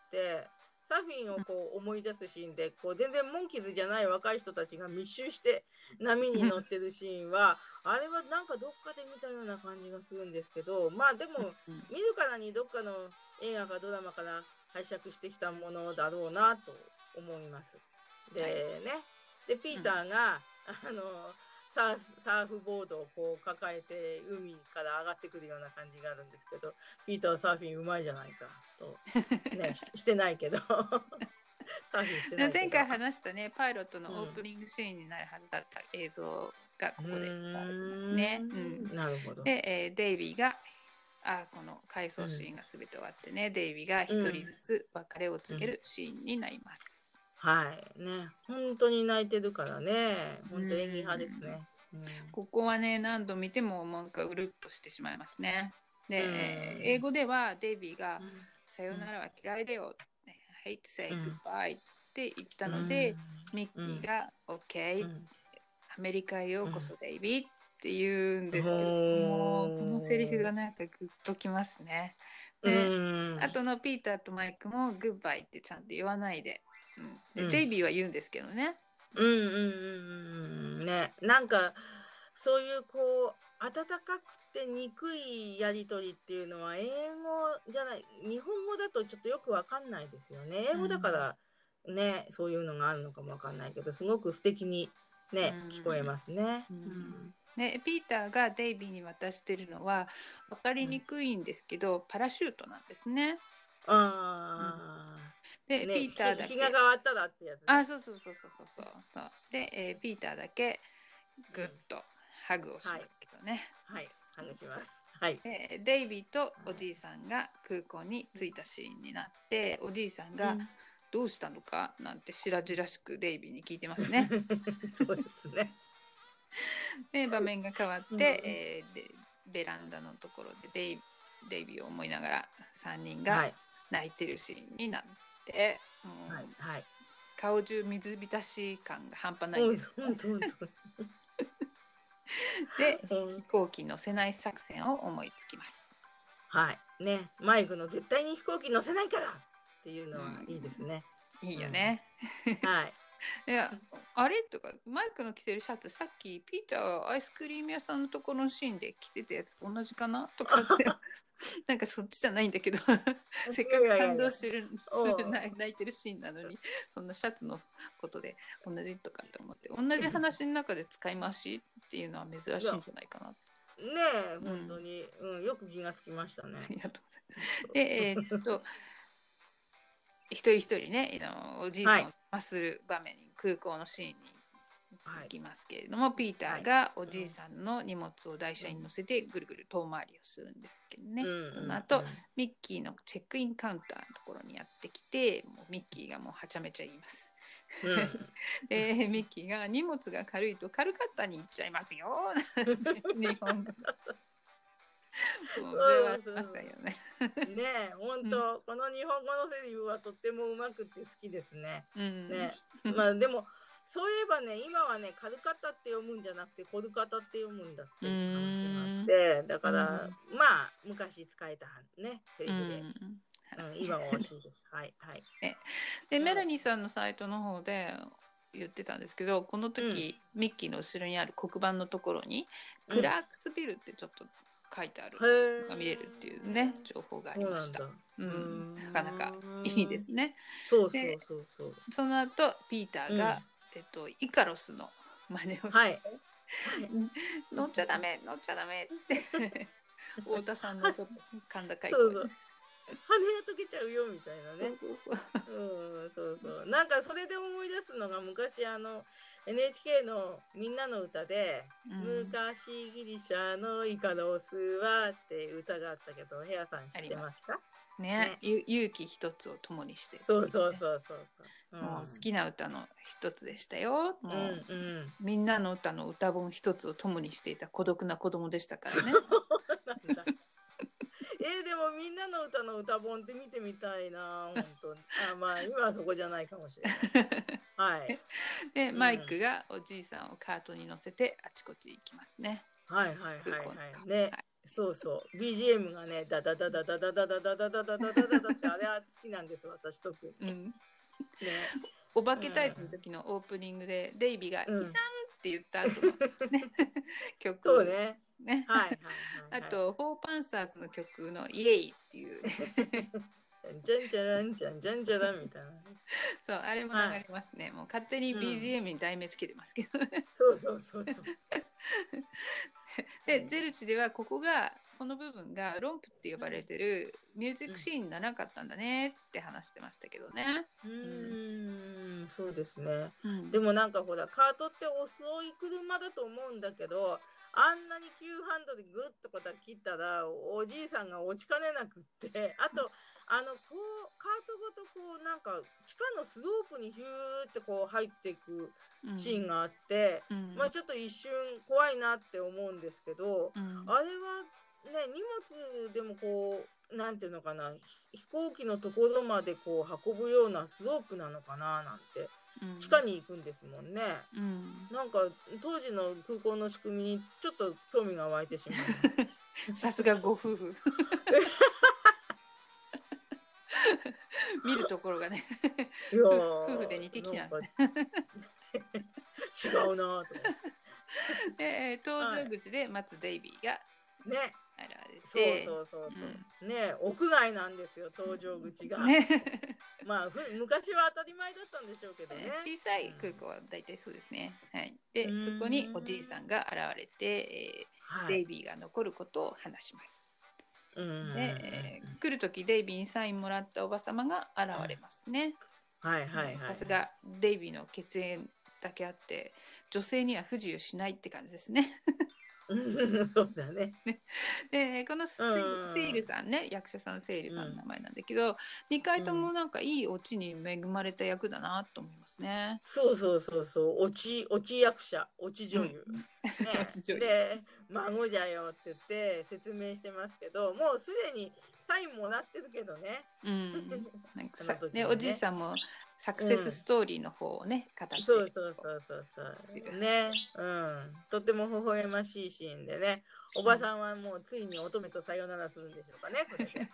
サーフィンをこう思い出すシーンで、こう全然モンキーズじゃない若い人たちが密集して波に乗ってるシーンはあれはなんかどっかで見たような感じがするんですけど、まあでも見るからにどっかの映画かドラマから拝借してきたものだろうなと思います。でね、でピーターが、うん、あのサーフ、サーフボードをこう抱えて海から上がってくるような感じがあるんですけど、ピーターはサーフィンうまいじゃないかと、ね、し, してないけどサーフィンしてないけど前回話したねパイロットのオープニングシーンになるはずだった映像がここで使われてますね。うん、 なるほど。 で、えー、デイビーがあこの回想シーンが全て終わってね、うん、デイビーが一人ずつ別れを告げるシーンになります。 うんうん、はいね、本当に泣いてるからね、本当演技派ですね。 うん、ここはね何度見てもなんかうるっとしてしまいますね。で、うん、英語ではデイビーが、うん、さよならは嫌いだよ、うん、hate to say goodbye、うん、って言ったので、うん、ミッキーが OK、うん、アメリカへようこそ、うん、デイビーって言うんですけど、もうこのセリフがなんかグッときますね。で、うん、あとのピーターとマイクも Goodbye ってちゃんと言わないで、うん、で、うん、デイビーは言うんですけどね。 うんうんうんうんね、なんかそういうこう温かくて憎いやり取りっていうのは英語じゃない、日本語だとちょっとよくわかんないですよね。英語だからね、うん、そういうのがあるのかもわかんないけど、すごく素敵にね、うん、聞こえますね。うんうんね、ピーターがデイビーに渡してるのは分かりにくいんですけど、うん、パラシュートなんですね。 ああ、 うん、で、ね、ピーターだけ日が変わったらってやつ、ね、 あ、そうそうそうそうそうそうで、えー、ピーターだけグッとハグをしますけどね。 はい、ハグします。はい。 でデイビーとおじいさんが空港に着いたシーンになって、おじいさんがどうしたのかなんて白々しくデイビーに聞いてますね。 そうですね。 で場面が変わって、うんえー、でベランダのところでデイ、デイビーを思いながらさんにんが泣いてるシーンになって、はいうんはい、顔中水浸し感が半端ないんです。で飛行機乗せない作戦を思いつきます。 はいね、マイクの絶対に飛行機乗せないからっていうのはいいですね。 うん、いいよね。 うん、はい。 いやあれとかマイクの着てるシャツさっきピーターがアイスクリーム屋さんのところのシーンで着てたやつと同じかなとかってなんかそっちじゃないんだけどせっかく感動してる泣いてるシーンなのにそんなシャツのことで同じとかって思って同じ話の中で使い回しっていうのは珍しいんじゃないかな。 ねえ、本当に、うんうん、よく気がつきましたね。 ありがとうございます。で、えー、っと一人一人ね、おじいさんをまする場面に、はい、空港のシーンに行きますけれども、はい、ピーターがおじいさんの荷物を台車に乗せてぐるぐる遠回りをするんですけどね、うん、その後、うん、ミッキーのチェックインカウンターのところにやってきて、もうミッキーがもうはちゃめちゃ言います。うん、でミッキーが荷物が軽いとカルカッタに行っちゃいますよ日本語もう笑いましたよね。 ねえ、本当、うん、この日本語のセリフはとってもうまくて好きですね。うん、ね、まあでもそういえばね、今はねカルカッタって読むんじゃなくてコルカタって読むんだっていう話があって、だから、うん、まあ昔使えたねセリフで。うんうん、今は惜しいです。はいはい。 でメラニーさんのサイトの方で言ってたんですけど、この時、うん、ミッキーの後ろにある黒板のところに、うん、クラークスビルってちょっと書いてあるのが見れるっていうね情報がありました。ううん、なかなかいいですね。 そうそうそうそう。 その後ピーターが、うん、えっとイカロスの真似をして、はい、乗っちゃダメ乗っちゃダメって太田さんのこと甲高い声。そうそう羽が溶けちゃうよみたいなね。そうそうそう。うん、そうそう。なんかそれで思い出すのが昔あの エヌエイチケー のみんなの歌で、うん、昔ギリシャのイカロスはって歌があったけど、ヘアさん知ってますか？ ね、ね、勇気一つを共にして、ね。 そうそうそうそう。 うん、もう好きな歌の一つでしたよ。もう、うんうん、みんなの歌の歌本一つを共にしていた孤独な子供でしたからね。 なんだ。えー、でもみんなの歌の歌本って見てみたいな本当に。あ、まあ今はそこじゃないかもしれない。はい。 で、うん、マイクがおじいさんをカートに乗せてあちこち行きますね。 はいはいはいはいね、はい、そうそう ビージーエム がねダダダダダダダダダダダダダダダダってあれは好きなんです私特に。うん、ね。 お化け退治の時のオープニングで、うん、デイビーが「イさん」って言った後の、ね、曲。 そうね。 ね、はいはいはい、はい、あとフォーパンサーズの曲のイエイっていうじゃんじゃらんじゃんじゃんじゃらんみたいな。 そうあれも流れますね、はい、もう勝手に ビージーエム に題名つけてますけどね、 うん、そうそうそうそうでゼルチではここがこの部分がロンプって呼ばれてるミュージックシーンにならなかったんだねって話してましたけどね。 うーん、そうですね、うん、でもなんかほらカートって遅い車だと思うんだけどあんなに急ハンドルでグッとこう切ったらおじいさんが落ちかねなくってあとあのこうカートごとこうなんか地下のスロープにヒューってこう入っていくシーンがあって、うん、まあちょっと一瞬怖いなって思うんですけど、うん、あれはね荷物でもこうなんていうのかな飛行機のところまでこう運ぶようなスロープなのかななんて。地下に行くんですもんね、うん、なんか当時の空港の仕組みにちょっと興味が湧いてしまいますさすがご夫婦見るところがね夫婦で似てきたんです違うなとで登場口で待つデイビーがね現れて、 そうそうそうそう、うん、ね屋外なんですよ登場口が、ね、まあ昔は当たり前だったんでしょうけどね小さい空港は大体そうですね、はい、でそこにおじいさんが現れて、えーはい、デイビーが残ることを話します。で、えー、来る時デイビーにサインもらったおばさまが現れますね。 はいはいはい、 さすがデイビーの血縁だけあって女性には不自由しないって感じですねうんそうだね。 でこのセうんセイルさんね、役者さんのセイルさんの名前なんだけど、うん、にかいともなんかいいオチに恵まれた役だなと思いますね。 そうそうそうそう、オチ、オチ役者、オチ女優。 うんね、で、孫じゃよって言って説明してますけど、もうすでにサインもらってるけどね。 うん、なんかさねね、おじいさんもサクセスストーリーの方をね、語ってる。 そうそうそうそうそうね、うん、とても微笑ましいシーンでね、おばさんはもうついに乙女とさよならするんでしょうかね、これで。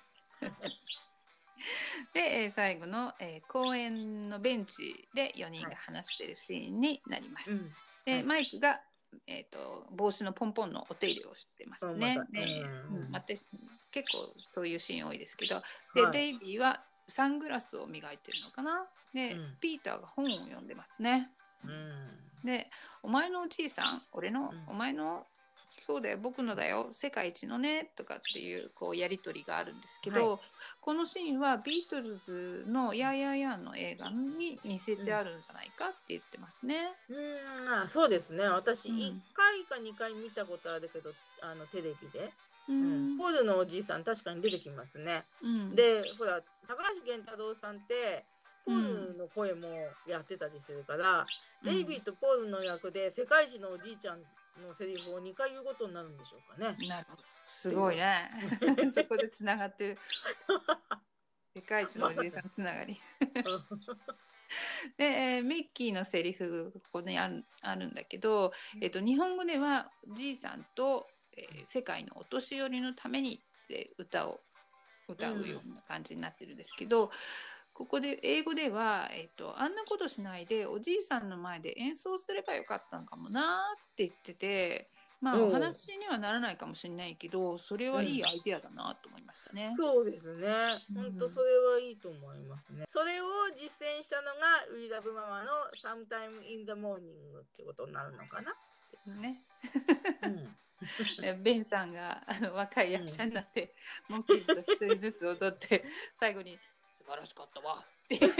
で、最後の、えー、公園のベンチでよにんが話しているシーンになります。はい、で、はい、マイクが、えーと、帽子のポンポンのお手入れをしてますね。また、で、うん、また結構そういうシーン多いですけど、で、はい、デイビーはサングラスを磨いてるのかな。で、うん、ピーターが本を読んでますね。うん、で、お前のおじいさん、俺の、うん、お前のそうだよ僕のだよ世界一のねとかっていうこうやり取りがあるんですけど、はい、このシーンはビートルズのヤーヤーヤーの映画に似せてあるんじゃないかって言ってますね。 うん、うん、そうですね。私いっかいかにかい見たことあるけど、あのテレビで、うん、ポールのおじいさん確かに出てきますね。うん、でほら高橋源太郎さんってポールの声もやってたりするから、うん、デイビーとポールの役で世界一のおじいちゃんのセリフをにかい言うことになるんでしょうかね。 なるほど。すごいね。そこでつながってる。世界一のおじいさんつながり。で、えー、ミッキーのセリフがここにある、あるんだけど、えーと、日本語ではじいさんと、えー、世界のお年寄りのためにって歌を歌うような感じになってるんですけど、うん、ここで英語では、えーと、あんなことしないでおじいさんの前で演奏すればよかったのかもなって言ってて、まあお話にはならないかもしれないけど、それはいいアイデアだなと思いましたね。 うん、そうですね。本当それはいいと思いますね。それを実践したのがウィラブママの Sometime in the Morning ってことになるのかな。 ね。うん、ベンさんがあの若い役者になって、うん、モンキーズと一人ずつ踊って最後に素晴らしかったわってち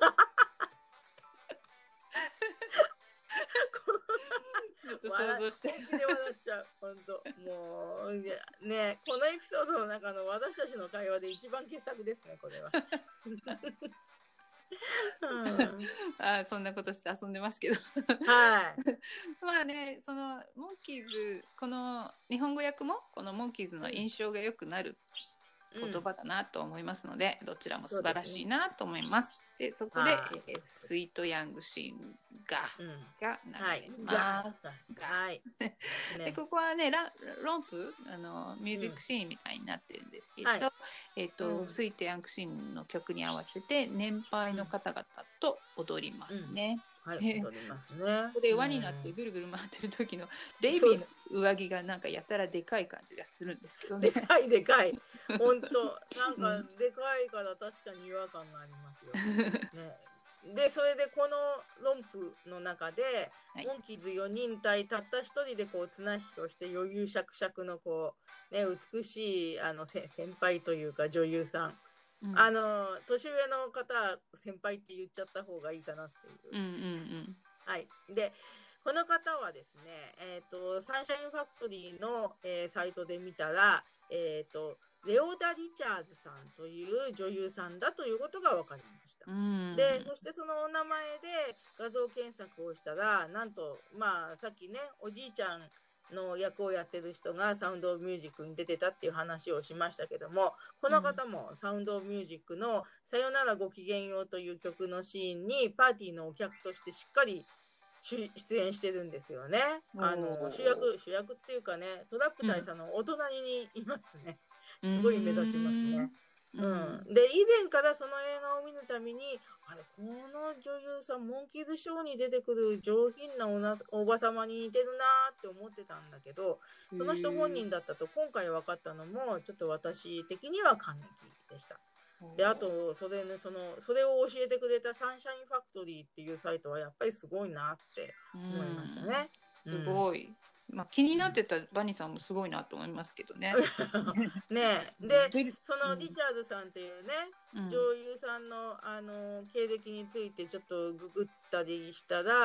ょっと想像して。 本気で笑っちゃう。本当。もうね、このエピソードの中の私たちの会話で一番傑作ですね、これは。 うん、あそんなことして遊んでますけど。 はい。 まあね、そのモンキーズ、この日本語訳もこのモンキーズの印象が良くなる言葉だなと思いますので、うん、どちらも素晴らしいなと思います。で、そこで、えー、スイートヤングシーンが、うん、が流れます。はい。で、ここはね、ラロンプあのミュージックシーンみたいになってるんですけど、うんはい、えっと、うん、スイートヤングシーンの曲に合わせて年配の方々と踊りますね。 うんはい、踊りますね。 ここで輪になってぐるぐる回ってる時のデイビーの上着がなんかやたらでかい感じがするんですけどね。 でかいでかい。本当なんかでかいから確かに違和感がありますよ。ね、でそれでこのロンプの中で、はい、モンキーズよにん対たったひとりでこう綱引きをして余裕しゃくしゃくのこう、ね、美しいあの先輩というか女優さん。うん、あの年上の方先輩って言っちゃった方がいいかなっていう。 うんうんうん、 はい。でこの方はですね、えーと、サンシャインファクトリーの、えー、サイトで見たら、えーと、レオダ・リチャーズさんという女優さんだということが分かりました。うん、でそしてそのお名前で画像検索をしたらなんとまあさっきねおじいちゃんの役をやってる人がサウンドオブミュージックに出てたっていう話をしましたけども、この方もサウンドオブミュージックのさよならごきげんようという曲のシーンにパーティーのお客としてしっかり出演してるんですよね。あの主役主役っていうかね、トラップ大佐のお隣にいますね。すごい目立ちますね。うん、で以前からその映画を見るためにあれこの女優さんモンキーズショーに出てくる上品な お, なおばさまに似てるなって思ってたんだけど、その人本人だったと今回分かったのもちょっと私的には感激でした。であとそれ、ね、そのそれを教えてくれたサンシャインファクトリーっていうサイトはやっぱりすごいなって思いましたね。 すごい、まあ、気になってたバニーさんもすごいなと思いますけどね。 ねでそのリチャーズさんっていうね、うん、女優さんの、あの経歴についてちょっとググったりしたら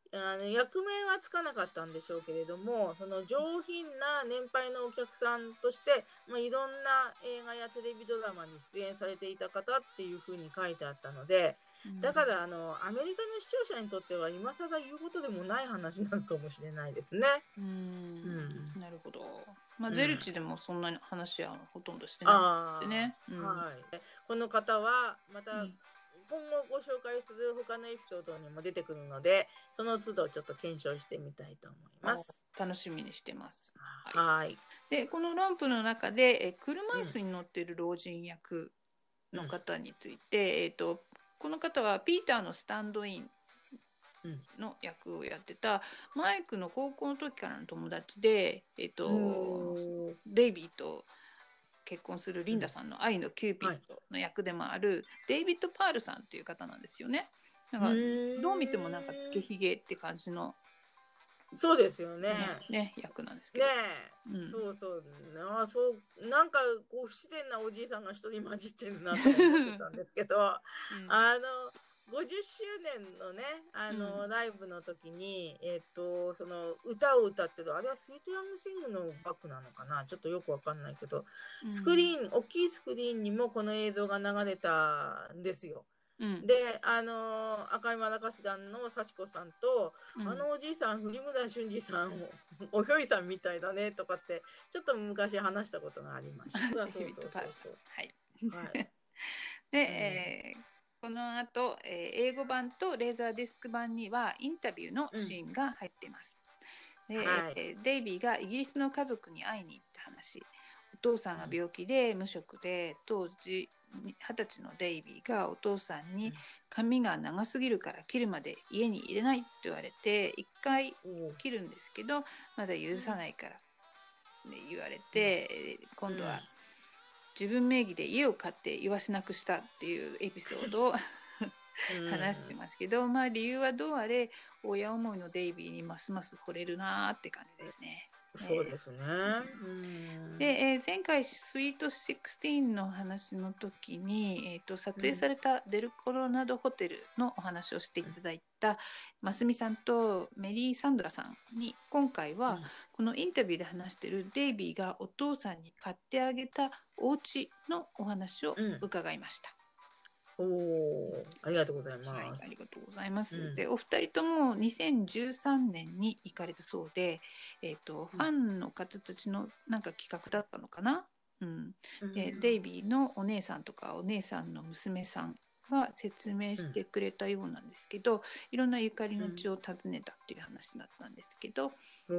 あの役名はつかなかったんでしょうけれども、その上品な年配のお客さんとして、まあ、いろんな映画やテレビドラマに出演されていた方っていうふうに書いてあったので、だからあのアメリカの視聴者にとっては今更言うことでもない話なのかもしれないですね。 うん、 うん、 なるほど。まあ、 うんゼルチでもそんな話はほとんどしてなくてね。うんはい。この方はまた、 うん今後ご紹介する他のエピソードにも出てくるので、その都度ちょっと検証してみたいと思います。 楽しみにしてます。 はい。 で、このランプの中でえ車椅子に乗っている老人役の方について、うん、えっとこの方はピーターのスタンドインの役をやってたマイクの高校の時からの友達で、えっとデイビーと結婚するリンダさんの愛のキューピッドの役でもあるデイビッド・パールさんっていう方なんですよね。だからどう見てもなんかつけひげって感じのそうですよね。 ね、ね役なんですけど。 ねえ、うん、そうそうな、そうなんかこう不自然なおじいさんが一人混じってるなと思ってたんですけど、うん、あのごじゅっしゅうねんのねあの、うん、ライブの時にえっとその歌を歌ってるあれはスイートヤングシングのバックなのかな、ちょっとよくわかんないけど、うん、スクリーン大きいスクリーンにもこの映像が流れたんですよ。うん、で、あのー、赤いマラカス団の幸子さんと、うん、あのおじいさん藤村俊二さんおひょいさんみたいだねとかってちょっと昔話したことがありました。そうそうそうそう。 はい。はい、で、うんえー、この後、えー、英語版とレーザーディスク版にはインタビューのシーンが入っています。うん、で、はいえー、デイビーがイギリスの家族に会いに行った話。お父さんが病気で無職で当時はたちのデイビーがお父さんに髪が長すぎるから切るまで家に入れないって言われていっかい切るんですけどまだ許さないから言われて今度は自分名義で家を買って言わせなくしたっていうエピソードを話してますけど、まあ理由はどうあれ親思いのデイビーにますます惚れるなって感じですね。 そうですね。 で、えー、前回スイートじゅうろくの話の時に、えー、と撮影されたデルコロナドホテルのお話をしていただいたますみさんとメリー・サンドラさんに今回はこのインタビューで話しているデイビーがお父さんに買ってあげたお家のお話を伺いました。 うんおありがとうございます。はい、 ありがとうございます。うん、でお二人ともにせんじゅうさんねんに行かれたそうで、えーと、ファンの方たちのなんか企画だったのかな、うんでうん、デイビーのお姉さんとかお姉さんの娘さんが説明してくれたようなんですけど、うん、いろんなゆかりの地を訪ねたっていう話だったんですけど、うん、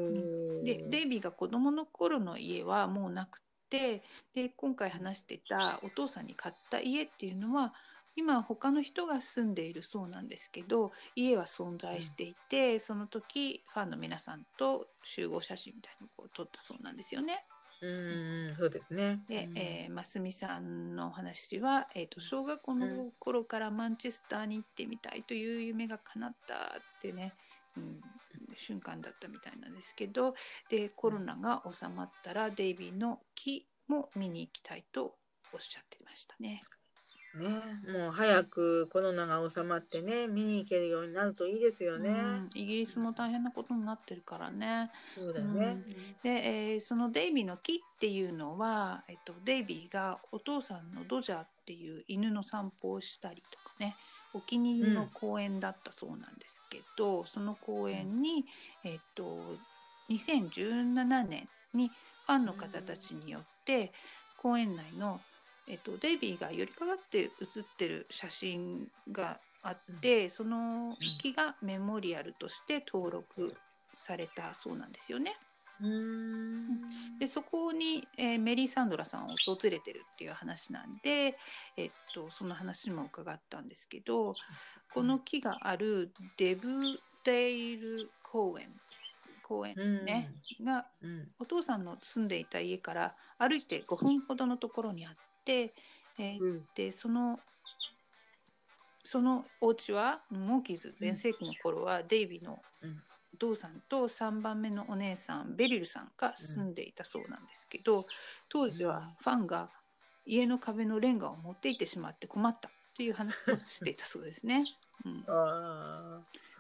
でデイビーが子どもの頃の家はもうなくてで今回話してたお父さんに買った家っていうのは今他の人が住んでいるそうなんですけど家は存在していて、うん、その時ファンの皆さんと集合写真みたいなのを撮ったそうなんですよね。 うんそうですね。 で、えー、ますみさんのお話は、えーと、小学校の頃からマンチェスターに行ってみたいという夢が叶ったってね、うん、瞬間だったみたいなんですけどでコロナが収まったらデイビーの木も見に行きたいとおっしゃってましたね。 ね、もう早くコロナが収まってね見に行けるようになるといいですよね。うん、 イギリスも大変なことになってるからね。 そうだね、うん、 で、えー、そのデイビーの木っていうのは、えっと、デイビーがお父さんのドジャーっていう犬の散歩をしたりとかねお気に入りの公園だったそうなんですけど、うん、その公園に、えっと、にせんじゅうななねんにファンの方たちによって公園内のえっと、デイビーが寄りかかって写ってる写真があって、うん、その木がメモリアルとして登録されたそうなんですよね。 うーんでそこに、えー、メリー・サンドラさんを訪れてるっていう話なんで、えっと、その話も伺ったんですけどこの木があるデブデイル公園公園ですね、うん、が、うん、お父さんの住んでいた家から歩いてごふんほどのところにあってで、えーうん、でそのそのお家はモーキーズ全盛期の頃は、うん、デイビーのお父さんとさんばんめのお姉さんベリルさんが住んでいたそうなんですけど、うん、当時はファンが家の壁のレンガを持って行ってしまって困ったという話をしていたそうですね。うん、 あ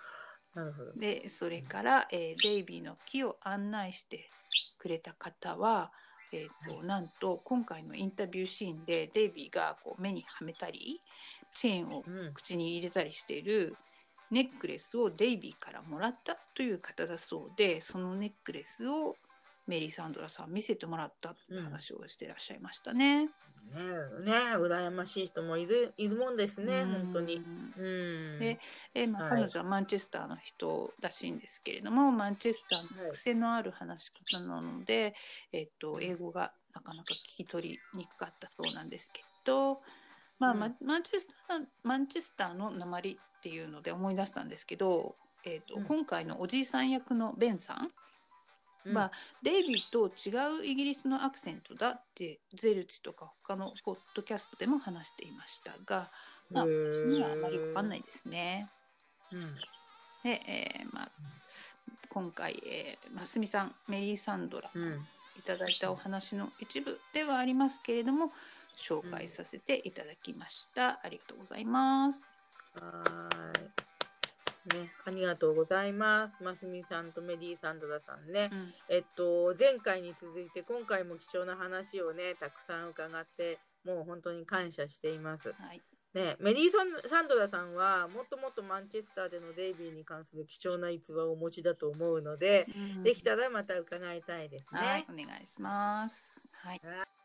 なるほど。 でそれから、えーデイビーの木を案内してくれた方は、えーとなんと今回のインタビューシーンでデイビーがこう目にはめたりチェーンをうん口に入れたりしているネックレスをデイビーからもらったという方だそうで、そのネックレスをメリー・サンドラさん見せてもらったという話をしてらっしゃいましたね。 ねえ、ねえ、羨ましい人もいるいるもんですね、 うん本当に。うん。 で、えーまあ、 はい彼女はマンチェスターの人らしいんですけれども、マンチェスターの癖のある話し方なので、えっと英語がなかなか聞き取りにくかったそうなんですけど、まあうんママンチェスターマンチェスターの訛りっていうので思い出したんですけど、えっとうん今回のおじいさん役のベンさんうんは、デイビーと違うイギリスのアクセントだってゼルチとか他のポッドキャストでも話していましたが、まあ、 へー私にはあまり分かんないですね。 うんで、えーまあ、今回、えー、ますみさん、メリー・サンドラさん、 うんいただいたお話の一部ではありますけれども、紹介させていただきました。ありがとうございます。 はーい。ね、ありがとうございます。ますみさんとメリー・サンドラさんね。 うんえっと、前回に続いて今回も貴重な話をね、たくさん伺って、もう本当に感謝しています。 はい、 ね、メリーサン・サンドラさんはもっともっとマンチェスターでのデイビーに関する貴重な逸話をお持ちだと思うので、 うんできたらまた伺いたいですね。 はい、お願いします。はい。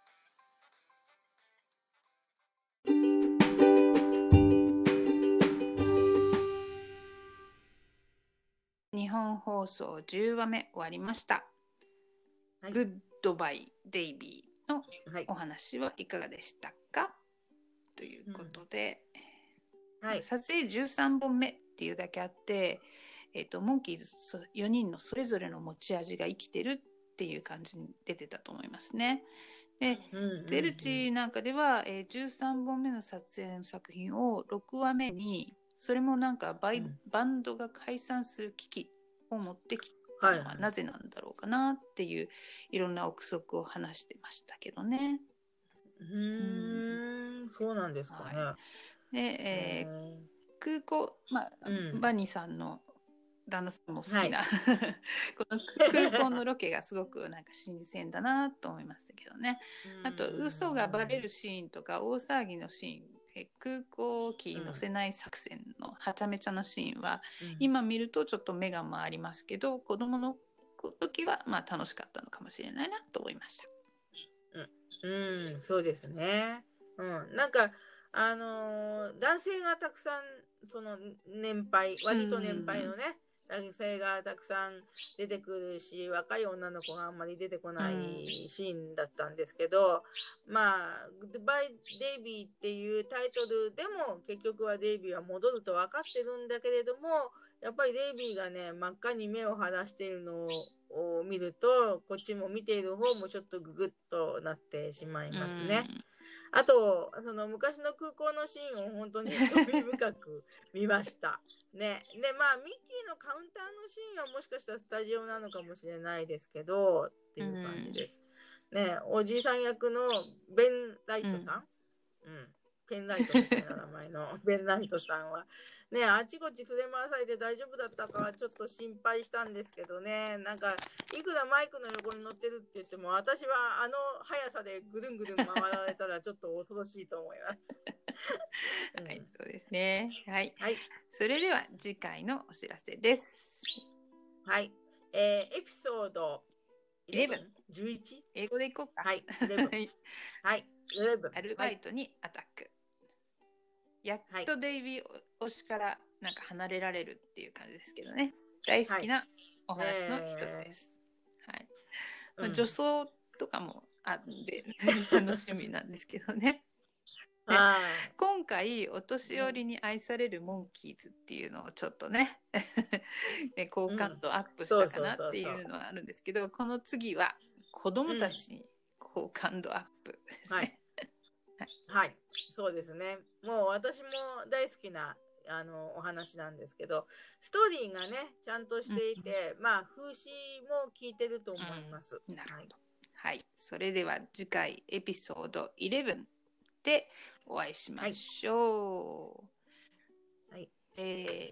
日本放送じゅうわめ終わりました。 はいグッドバイデイビーのはいお話はいかがでしたかということで、 はい。 撮影じゅうさんぼんめっていうだけあって、えーと、モンキーズよにんのそれぞれの持ち味が生きてるっていう感じに出てたと思いますね。で、 うんうんうんゼルチなんかでは、えーじゅうさんぼんめの撮影の作品をろくわめに、それもなんかバイ、 うんバンドが解散する危機を持ってきたのはなぜなんだろうかなっていういろんな憶測を話してましたけどね。 うーん、そうなんですかね。 はで、えーへ空港、まあうんバニーさんの旦那さんも好きな、 はこの空港のロケがすごくなんか新鮮だなと思いましたけどね。 ーあと嘘がバレるシーンとか大騒ぎのシーン、え空港機乗せない作戦のはちゃめちゃなシーンは、 うん今見るとちょっと目が回りますけど、子供の時はまあ楽しかったのかもしれないなと思いました。 うん、そうですね。うん、なんか、あのー男性がたくさん、その年配、割と年配のね、男性がたくさん出てくるし、若い女の子があんまり出てこないシーンだったんですけど、まあ、グッドバイ・デイビーっていうタイトルでも、結局はデイビーは戻ると分かってるんだけれども、やっぱりデイビーがね、真っ赤に目を晴らしているのを見ると、こっちも見ている方もちょっとググッとなってしまいますね。あと、その昔の空港のシーンを本当に興味深く見ました。ね。で、まあ、ミッキーのカウンターのシーンはもしかしたらスタジオなのかもしれないですけど、っていう感じです。ね、おじいさん役のベン・ライトさん、うん、うん、ペンライトみたいな名前のベン・ライトさんは、ね、あちこち連れ回されて大丈夫だったかはちょっと心配したんですけどね、なんか、いくらマイクの横に乗ってるって言っても、私はあの速さでぐるんぐるん回られたらちょっと恐ろしいと思います。うん、 はい、そうですね。はい。 はい。 それでは次回のお知らせです。 はい。えー、エピソードじゅういち じゅういち? 英語でいこうか。 はい。じゅういち。 はいはい。じゅういち。 アルバイトにアタック。やっとデイビー推しからなんか離れられるっていう感じですけどね。大好きなお話の一つです。はい。まあ、女装とかもあって楽しみなんですけどね。 はい、 今回お年寄りに愛されるモンキーズっていうのをちょっとねね好感度アップしたかなっていうのはあるんですけど、この次は子供たちに好感度アップですね、 はいはい、そうですね。もう私も大好きなあのお話なんですけど、ストーリーがねちゃんとしていて、うん、まあ風刺も効いてると思います、 うん、なるほど、はい、それでは次回エピソードじゅういちでお会いしましょう。はい、えー、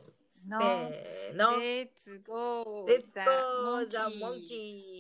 のせーの。 レッツゴーレッツザゴーザモンキーモンキー